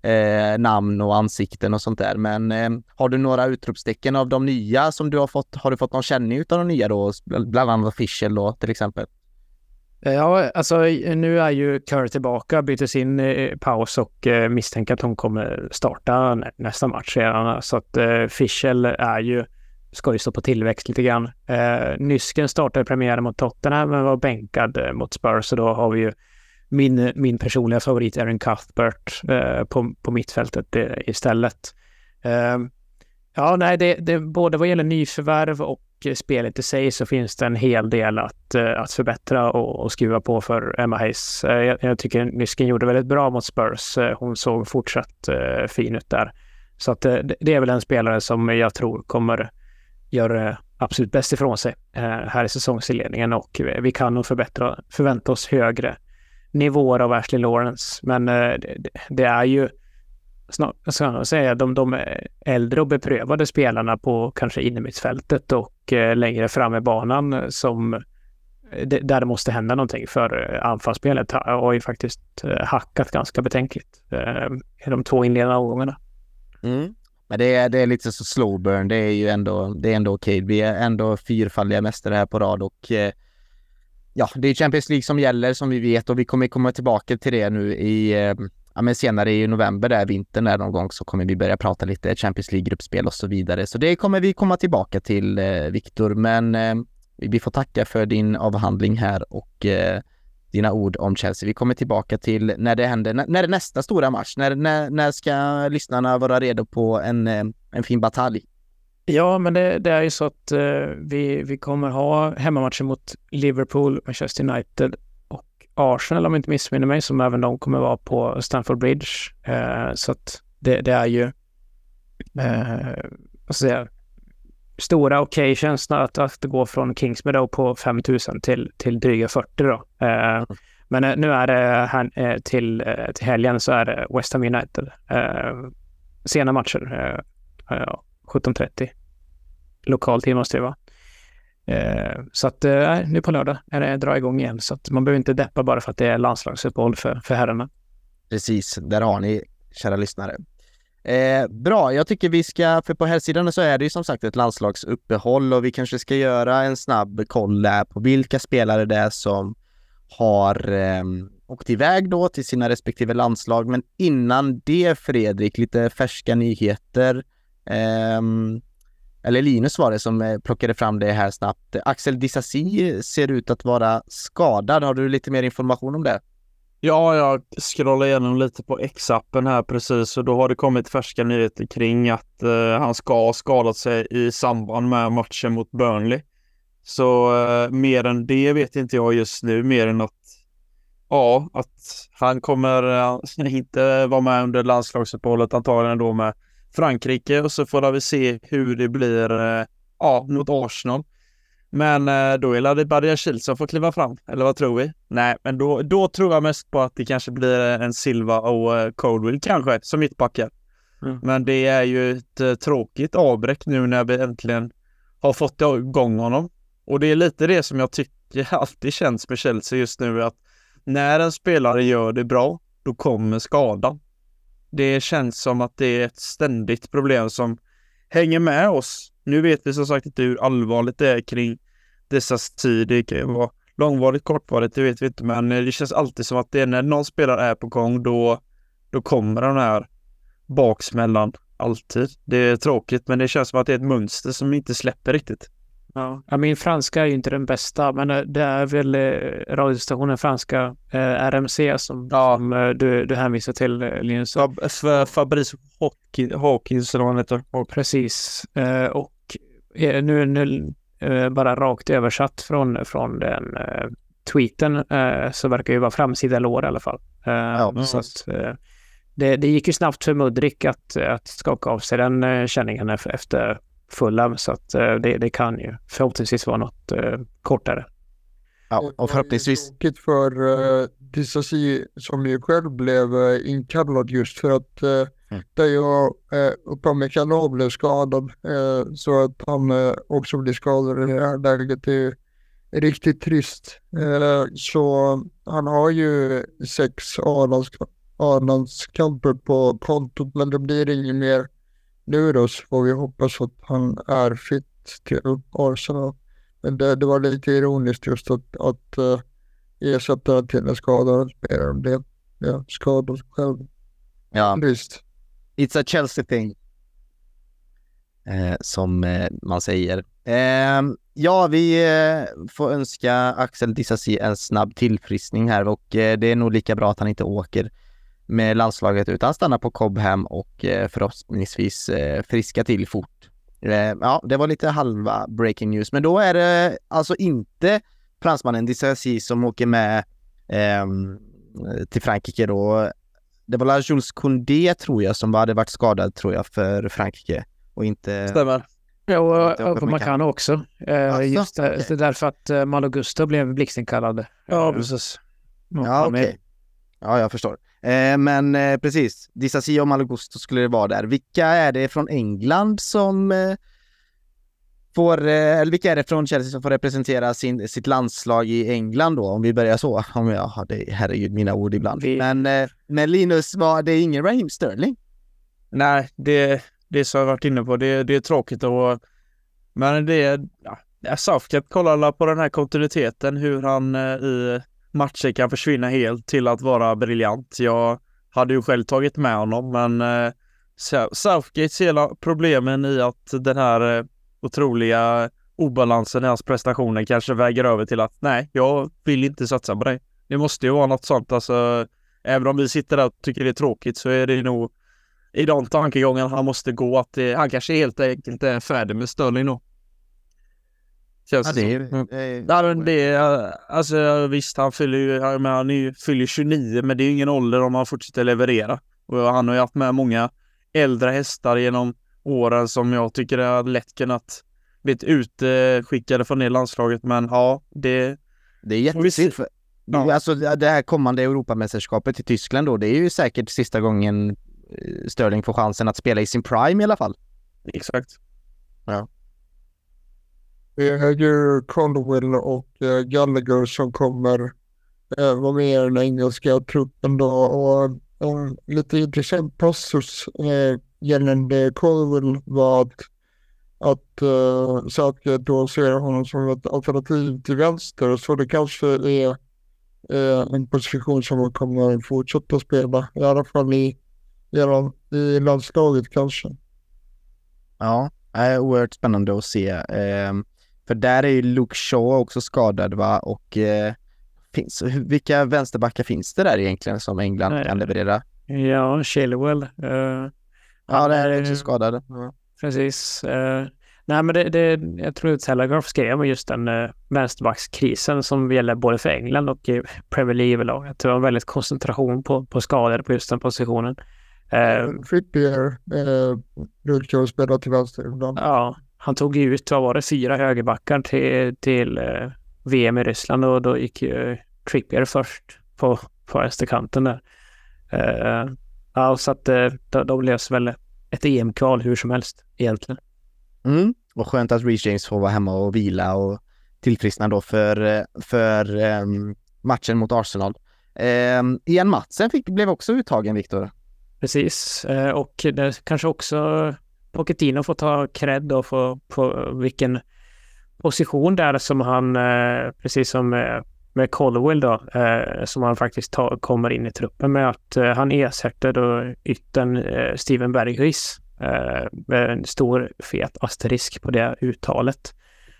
eh, namn och ansikten och sånt där. Men eh, har du några utropstecken av de nya som du har fått? Har du fått någon känning utav de nya då? Bland annat Fischel då till exempel. Ja, alltså nu är ju Kerr tillbaka, byter sin eh, paus och eh, misstänker att hon kommer starta nä- nästa match redan. Så att eh, Fischel är ju ska ju stå på tillväxt lite grann. Eh, Nysken startade premiären mot Tottenham men var bänkad eh, mot Spurs, så då har vi ju min, min personliga favorit Aaron Cuthbert eh, på, på mittfältet eh, istället. Eh, ja, nej, det, det, både vad gäller nyförvärv och spelet i sig så finns det en hel del att, att förbättra och, och skruva på för Emma Hayes. Jag, jag tycker Nysken gjorde väldigt bra mot Spurs. Hon såg fortsatt uh, fin ut där. Så att, uh, det är väl en spelare som jag tror kommer göra absolut bäst ifrån sig uh, här i säsongsinledningen, och vi kan nog förbättra, förvänta oss högre nivåer av Ashley Lawrence. Men uh, det, det är ju snart, ska jag säga, de, de äldre och beprövade spelarna på kanske innermittfältet och eh, längre fram i banan som det, där det måste hända någonting, för eh, anfallsspelet har, har ju faktiskt eh, hackat ganska betänkligt eh, i de två inledande omgångarna. Mm. Men det är, det är lite så slow burn, det är ju ändå, det är ändå okej. Vi är ändå fyrfaldiga mästare här på rad och eh, ja, det är Champions League som gäller som vi vet, och vi kommer komma tillbaka till det nu i eh, ja, men senare i november, där vintern där någon gång, så kommer vi börja prata lite Champions League-gruppspel och så vidare. Så det kommer vi komma tillbaka till, eh, Viktor. Men eh, vi får tacka för din avhandling här och eh, dina ord om Chelsea. Vi kommer tillbaka till när det händer, när, när det är nästa stora match. När, när, när ska lyssnarna vara redo på en, eh, en fin batalj? Ja, men det, det är ju så att eh, vi, vi kommer ha hemmamatcher mot Liverpool, Manchester United Arsenal om jag inte missminner mig, som även de kommer vara på Stamford Bridge. Eh, så att det, det är ju eh, vad ska jag säga, stora occasions att, att gå från Kingsmeadow på fem tusen till, till dryga fyrtio då. Eh, men eh, nu är det här, eh, till, eh, till helgen så är det West Ham United. Eh, sena matcher. Eh, sjutton trettio. Lokal tid måste det vara. Eh, så att eh, nu på lördag är det dra igång igen, så att man behöver inte deppa bara för att det är landslagsuppehåll för, för herrarna. Precis, där har ni, kära lyssnare. Eh, bra, jag tycker vi ska, för på här sidan så är det ju som sagt ett landslagsuppehåll, och vi kanske ska göra en snabb koll där på vilka spelare det är som har eh, åkt iväg då till sina respektive landslag. Men innan det, Fredrik, lite färska nyheter. Eh, eller Linus var det som plockade fram det här snabbt. Axel Disasi ser ut att vara skadad. Har du lite mer information om det? Ja, jag scrollar igenom lite på X-appen här precis, och då har det kommit färska nyheter kring att eh, han ska ha skadat sig i samband med matchen mot Burnley. Så eh, mer än det vet inte jag just nu, mer än att ja, att han kommer eh, inte vara med under landslagsuppehållet, antagligen då med Frankrike, och så får vi se hur det blir eh, ja, mot Arsenal. Men eh, då är det Badiashile som får kliva fram, eller vad tror vi? Nej, men då, då tror jag mest på att det kanske blir en Silva och eh, Colwill kanske som mittbackar. Mm. Men det är ju ett eh, tråkigt avbräck nu när vi äntligen har fått igång honom. Och det är lite det som jag tycker alltid känns med Chelsea just nu, att när en spelare gör det bra, då kommer skadan. Det känns som att det är ett ständigt problem som hänger med oss. Nu vet vi som sagt inte hur allvarligt det är kring dessa tid. Det kan vara långvarigt, kortvarigt, det vet vi inte. Men det känns alltid som att det är när någon spelare är på gång, då, då kommer den här baksmällan alltid. Det är tråkigt, men det känns som att det är ett mönster som inte släpper riktigt. Ja, min franska är ju inte den bästa, men det är väl eh, radiostationen franska eh, R M C som, ja. som eh, du, du hänvisar till, eh, Linus. Fab- Fabrice Hawkins eller vad han heter. Och precis. Eh, och eh, nu, nu eh, bara rakt översatt från, från den eh, tweeten eh, så verkar ju vara framsida lår i alla fall. Eh, ja, så att, eh, det, det gick ju snabbt för Mudrik att, att skaka av sig den eh, känningen efter Fulham, så att uh, det, det kan ju förhoppningsvis vara något uh, kortare. Ja, och förhoppningsvis. Det är tråkigt för uh, Disasi som ju själv blev uh, inkallad just för att uh, mm. där jag uh, Upamecano blev skadad uh, så att han uh, också blir skadad i det här läget. Det är riktigt trist. Uh, så han har ju sex A-landskamper på kontot, men det blir inget mer. Nu då får vi hoppas att han är fit till Arsenal. Men det, det var lite ironiskt just att, att uh, ersätta till en skadad spelare. Det ja, skadad själv. Ja, Visst. It's a Chelsea thing. eh, som eh, man säger. Eh, ja, vi eh, får önska Axel Disasi en snabb tillfriskning här och eh, det är nog lika bra att han inte åker med landslaget utan stannar på Cobham och eh, förhoppningsvis eh, friska till fort. Eh, ja, det var lite halva breaking news, men då är det alltså inte fransmannen Disasi som åker med eh, till Frankrike då. Det var Jules Koundé tror jag som hade varit skadad tror jag för Frankrike och inte... Stämmer. Ja, och, och man kan också. Eh, alltså, just det, okay. det är därför att eh, Malo Gusto blev blixtinkallad. Ja, precis. Ja, okej. Okay. Ja, jag förstår. Eh, men eh, precis, Disasi och Malo Gusto skulle det vara där. Vilka är det från England som eh, får, eh, eller vilka är det från Chelsea som får representera sin, sitt landslag i England då? Om vi börjar så. Om jag har det, herregud, mina ord ibland. Vi... Men, eh, men Linus, var det ingen Raheem Sterling? Nej, det, det som jag varit inne på, det, det är tråkigt och men det ja, Southgate kollar på den här kontinuiteten, hur han eh, i matcher kan försvinna helt till att vara briljant. Jag hade ju själv tagit med honom, men eh, Southgate ser hela problemen i att den här eh, otroliga obalansen i hans prestationer kanske väger över till att nej, jag vill inte satsa på det. Det måste ju vara något sånt, alltså även om vi sitter där och tycker det är tråkigt så är det nog i de tankegången han måste gå att det, han kanske helt enkelt är färdig med Sterling då. Känns ja, det är, mm. det är... Ja, men det är, alltså visst, han fyller ju han, han är, fyller tjugonio, men det är ju ingen ålder om han fortsätter leverera. Och han har ju haft med många äldre hästar genom åren som jag tycker är lätt kunnat bli utskickade från det landslaget, men ja, det... Det är jättesynd för... Ja. Alltså det här kommande Europamästerskapet i Tyskland då, det är ju säkert sista gången Sterling får chansen att spela i sin prime i alla fall. Exakt. Ja. Det är ju Caldwell och uh, Gallagher som kommer uh, vara med i den engelska truppen då och uh, lite intressant passus uh, gällande Caldwell var att, att uh, Southgate då ser honom som ett alternativ till vänster, så det kanske är uh, en position som man kommer fortsätta spela, i alla fall i, i, i landslaget kanske. Ja, det är oerhört spännande att se. Eh, för där är ju Luke Shaw också skadad va? Och eh, finns, vilka vänsterbackar finns det där egentligen som England Nej. kan leverera? Ja, Chilwell. Uh, ja, det är också skadad. Ja. Precis. Uh, nej, men det, det, jag tror att Telegraph skrev om just den uh, vänsterbackskrisen som gäller både för England och i Premier League. Det var en väldigt koncentration på, på skador på just den positionen. Uh, Trippier uh, brukar spela till vänster ibland. Ja, han tog ju ut, vad var det, fyra högerbackar till, till uh, V M i Ryssland och då gick uh, Trippier först på, på österkanten där. Uh, ja, så att uh, då, då blev det väl ett E M-kval hur som helst egentligen. Mm. Och skönt att Reece James får vara hemma och vila och tillfriskna då för, för um, matchen mot Arsenal. Um, Ian Madsen fick, blev också uttagen, Viktor. Precis, och det kanske också Pochettino får ta cred då för, på vilken position där som han, precis som med Caldwell då, som han faktiskt ta, kommer in i truppen med, att han ersätter då yttern Steven Berghuis med en stor fet asterisk på det uttalet.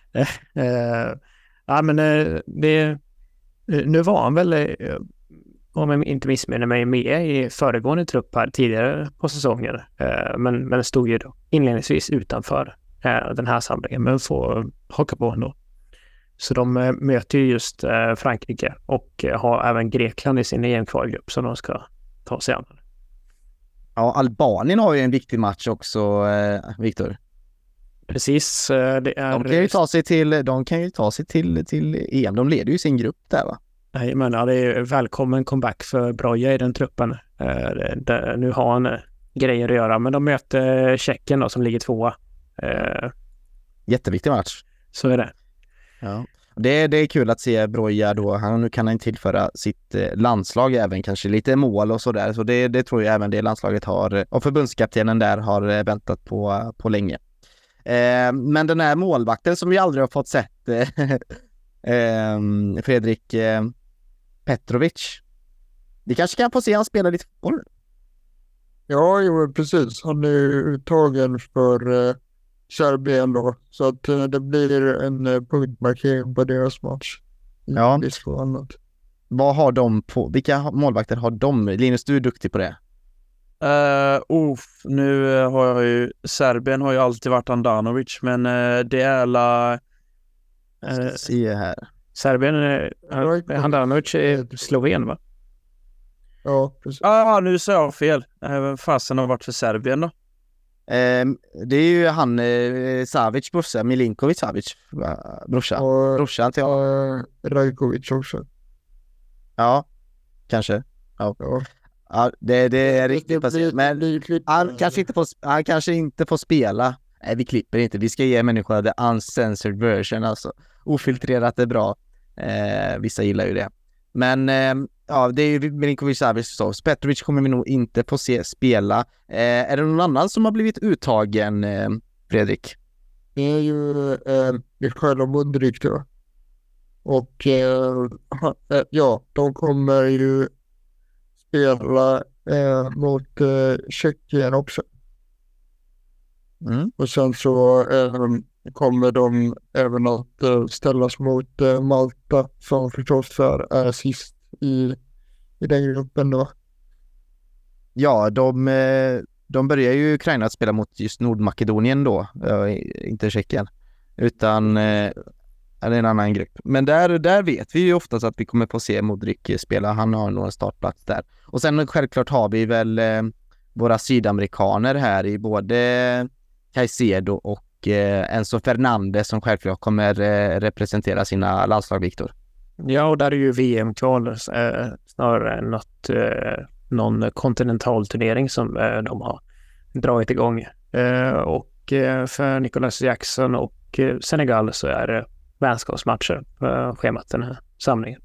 Ja, men det, nu var han väl, om jag inte missminner mig, med i föregående trupp här tidigare på säsongen. Eh, men, men stod ju då inledningsvis utanför eh, den här samlingen, men får haka på ändå. Så de eh, möter ju just eh, Frankrike och eh, har även Grekland i sin E M-kvalgrupp som de ska ta sig an. Ja, Albanien har ju en viktig match också, eh, Viktor. Precis. Eh, det är de kan ju ta sig till, de kan ju ta sig till, till E M. De leder ju sin grupp där va? Nej, men ja, det är välkommen comeback för Broja i den truppen. Eh, det, det, nu har han eh, grejer att göra, men de möter Tjeckien då, som ligger tvåa. Eh, Jätteviktig match. Så är det. Ja. Det, det är kul att se Broja då. Han, nu kan han tillföra sitt eh, landslag även kanske lite mål och sådär. Så det, det tror jag även det landslaget har, och förbundskaptenen där har eh, väntat på, på länge. Eh, men den här målvakten som vi aldrig har fått sett, eh, eh, Fredrik eh, Petrovic. Vi kanske kan få se han spela lite fotboll. Ja, jo, precis. Han är uttagen för, Serbien då. Så att eh, det blir en eh, punktmarkering på deras match. Ja. Visst och annat. Vad har de på, vilka målvakter har de? Linus, du är duktig på det. Uh, uh, nu uh, har jag ju Serbien har ju alltid varit Andanovic, men uh, det är alla uh, se här. Serbien uh, Andanovic är Sloven, va? Ja, precis. Ja, ah, nu sa jag fel. Även fasen har varit för Serbien då. Eh, det är ju han eh, Savic brorsa, Milinkovic Savic brorsa. Och Brorsan till uh, Rajkovic också. Ja, kanske. Ja. Ja. Ja, det, det är riktigt Det blir- men det blir- han kanske inte får han kanske inte får spela. Nej, vi klipper inte. Vi ska ge människor the uncensored version, alltså ofiltrerat är bra. Eh, vissa gillar ju det. Men eh, ja, det är ju Milinkovic Savic så. Petrovic kommer vi nog inte få se spela. Eh, är det någon annan som har blivit uttagen, eh, Fredrik? Det är ju eh, Michael Mudryk då. Och eh, ha- eh, ja, de kommer ju spela eh, mot eh, Tjeckien också. Mm. Och sen så eh, kommer de även att eh, ställas mot eh, Malta som förstås är, är sist i, i den gruppen då. Ja, de, eh, de börjar ju Ukraina att spela mot just Nordmakedonien då, eh, inte Tjeckien, utan eh, är det en annan grupp. Men där, där vet vi ju oftast att vi kommer få se Modric spela, han har nog en startplats där. Och sen självklart har vi väl eh, våra sydamerikaner här i både Caicedo och eh, Enzo Fernandez som självklart kommer eh, representera sina landslag, Viktor. Ja, och där är ju V M-kval eh, snarare än något, eh, någon kontinentalturnering som eh, de har dragit igång. Eh, och eh, för Nicolas Jackson och eh, Senegal så är det vänskapsmatcher på schemat den här samlingen.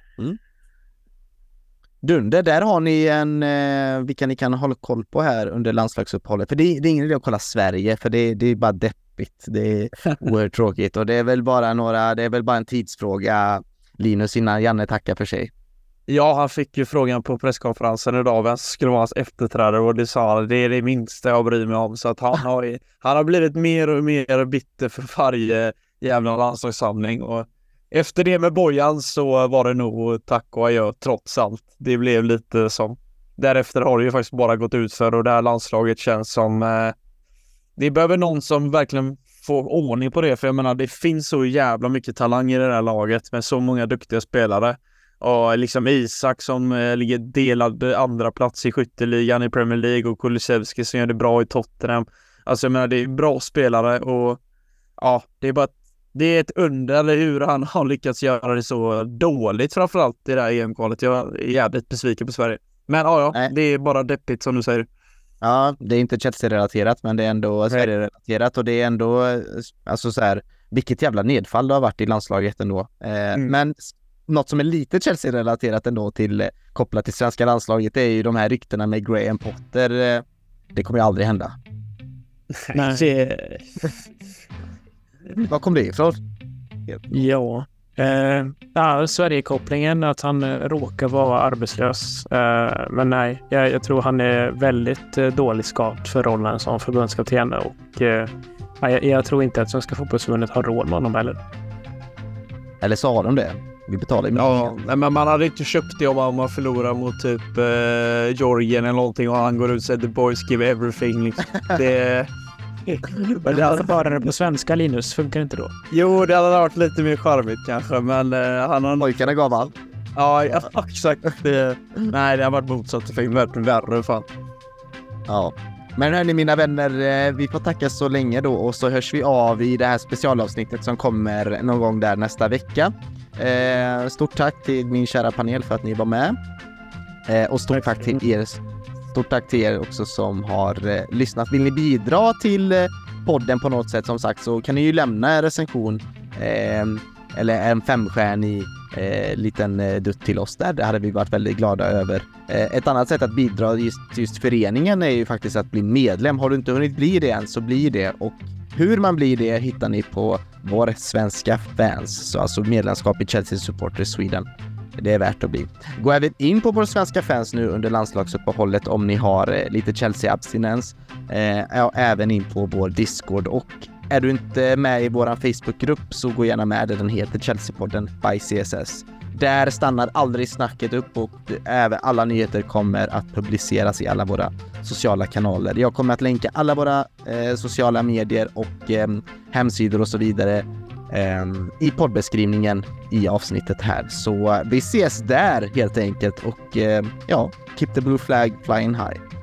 Dunder, där har ni en, eh, vilka ni kan hålla koll på här under landslagsuppehållet. För det, det är ingen idé att kolla Sverige, för det, det är bara deppigt. Det är oerhört tråkigt och det är väl bara några, det är väl bara en tidsfråga, Linus, innan Janne tackar för sig. Ja, han fick ju frågan på presskonferensen idag vem skulle vara hans efterträdare och det sa han, det är det minsta jag bryr mig om. Så att han har, han har blivit mer och mer bitter för varje jävla landslagssamling och efter det med Bojan så var det nog tack och adjö trots allt. Det blev lite som, därefter har det ju faktiskt bara gått ut för och det här landslaget känns som eh, det behöver någon som verkligen får ordning på det, för jag menar det finns så jävla mycket talang i det här laget med så många duktiga spelare. Och liksom Isak som eh, ligger delad andra plats i skytteligan i Premier League och Kulusevski som gör det bra i Tottenham. Alltså jag menar det är bra spelare och ja, det är bara det är ett under eller hur han har lyckats göra det så dåligt framförallt i det här E M-kvalet. Jag är jävligt besviken på Sverige. Men ja, ja Nej. det är bara deppigt som du säger. Ja, det är inte Chelsea-relaterat, men det är ändå Sverige-relaterat och det är ändå, alltså så här, vilket jävla nedfall det har varit i landslaget ändå. Eh, Mm. Men något som är lite Chelsea-relaterat ändå till, eh, kopplat till svenska landslaget är ju de här ryktena med Graham Potter. Eh, det kommer ju aldrig hända. Nej. Det... Vad kom det ifrån? Ja, eh, ja Sverigekopplingen, att han eh, råkar vara arbetslös. Eh, men nej, jag, jag tror han är väldigt eh, dåligt skapt för rollen som förbundskapten och eh, jag, jag tror inte att Svenska fotbollsförbundet har råd med honom heller. Eller så har de det. Vi betalar ju Ja, mycket. nej, men man hade inte köpt det om man, om man förlorar mot typ eh, Georgien eller någonting och han går ut och säger the boys give everything. Liksom. Det... Men det hade bara det på svenska, Linus, funkar inte då? Jo, det hade varit lite mer charmigt kanske, men eh, han har... Pojkarna gav allt. Ja, ja, exakt. Det... Nej, det har varit motsatt effekt. Verkligen värre, fan. Ja. Men hörni mina vänner, eh, vi får tacka så länge då och så hörs vi av i det här specialavsnittet som kommer någon gång där nästa vecka. Eh, stort tack till min kära panel för att ni var med. Eh, och stort tack till er. Stort tack till er också som har eh, lyssnat. Vill ni bidra till eh, podden på något sätt, som sagt, så kan ni ju lämna en recension eh, eller en femstjärnig eh, liten eh, dutt till oss där. Det hade vi varit väldigt glada över. Eh, ett annat sätt att bidra just, just föreningen är ju faktiskt att bli medlem. Har du inte hunnit bli det än så blir det, och hur man blir det hittar ni på vår svenska fans, så alltså medlemskap i Chelsea Supporters Sweden. Det är värt att bli. Gå även in på våra svenska fans nu under landslagsuppehållet om ni har eh, lite Chelsea-abstinens. Eh, ja, även in på vår Discord. Och är du inte med i vår Facebookgrupp så gå gärna med. Den heter Chelsea-podden by C S S. Där stannar aldrig snacket upp och även alla nyheter kommer att publiceras i alla våra sociala kanaler. Jag kommer att länka alla våra eh, sociala medier och eh, hemsidor och så vidare eh, i poddbeskrivningen i avsnittet här. Så vi ses där helt enkelt och eh, ja, keep the blue flag flying high.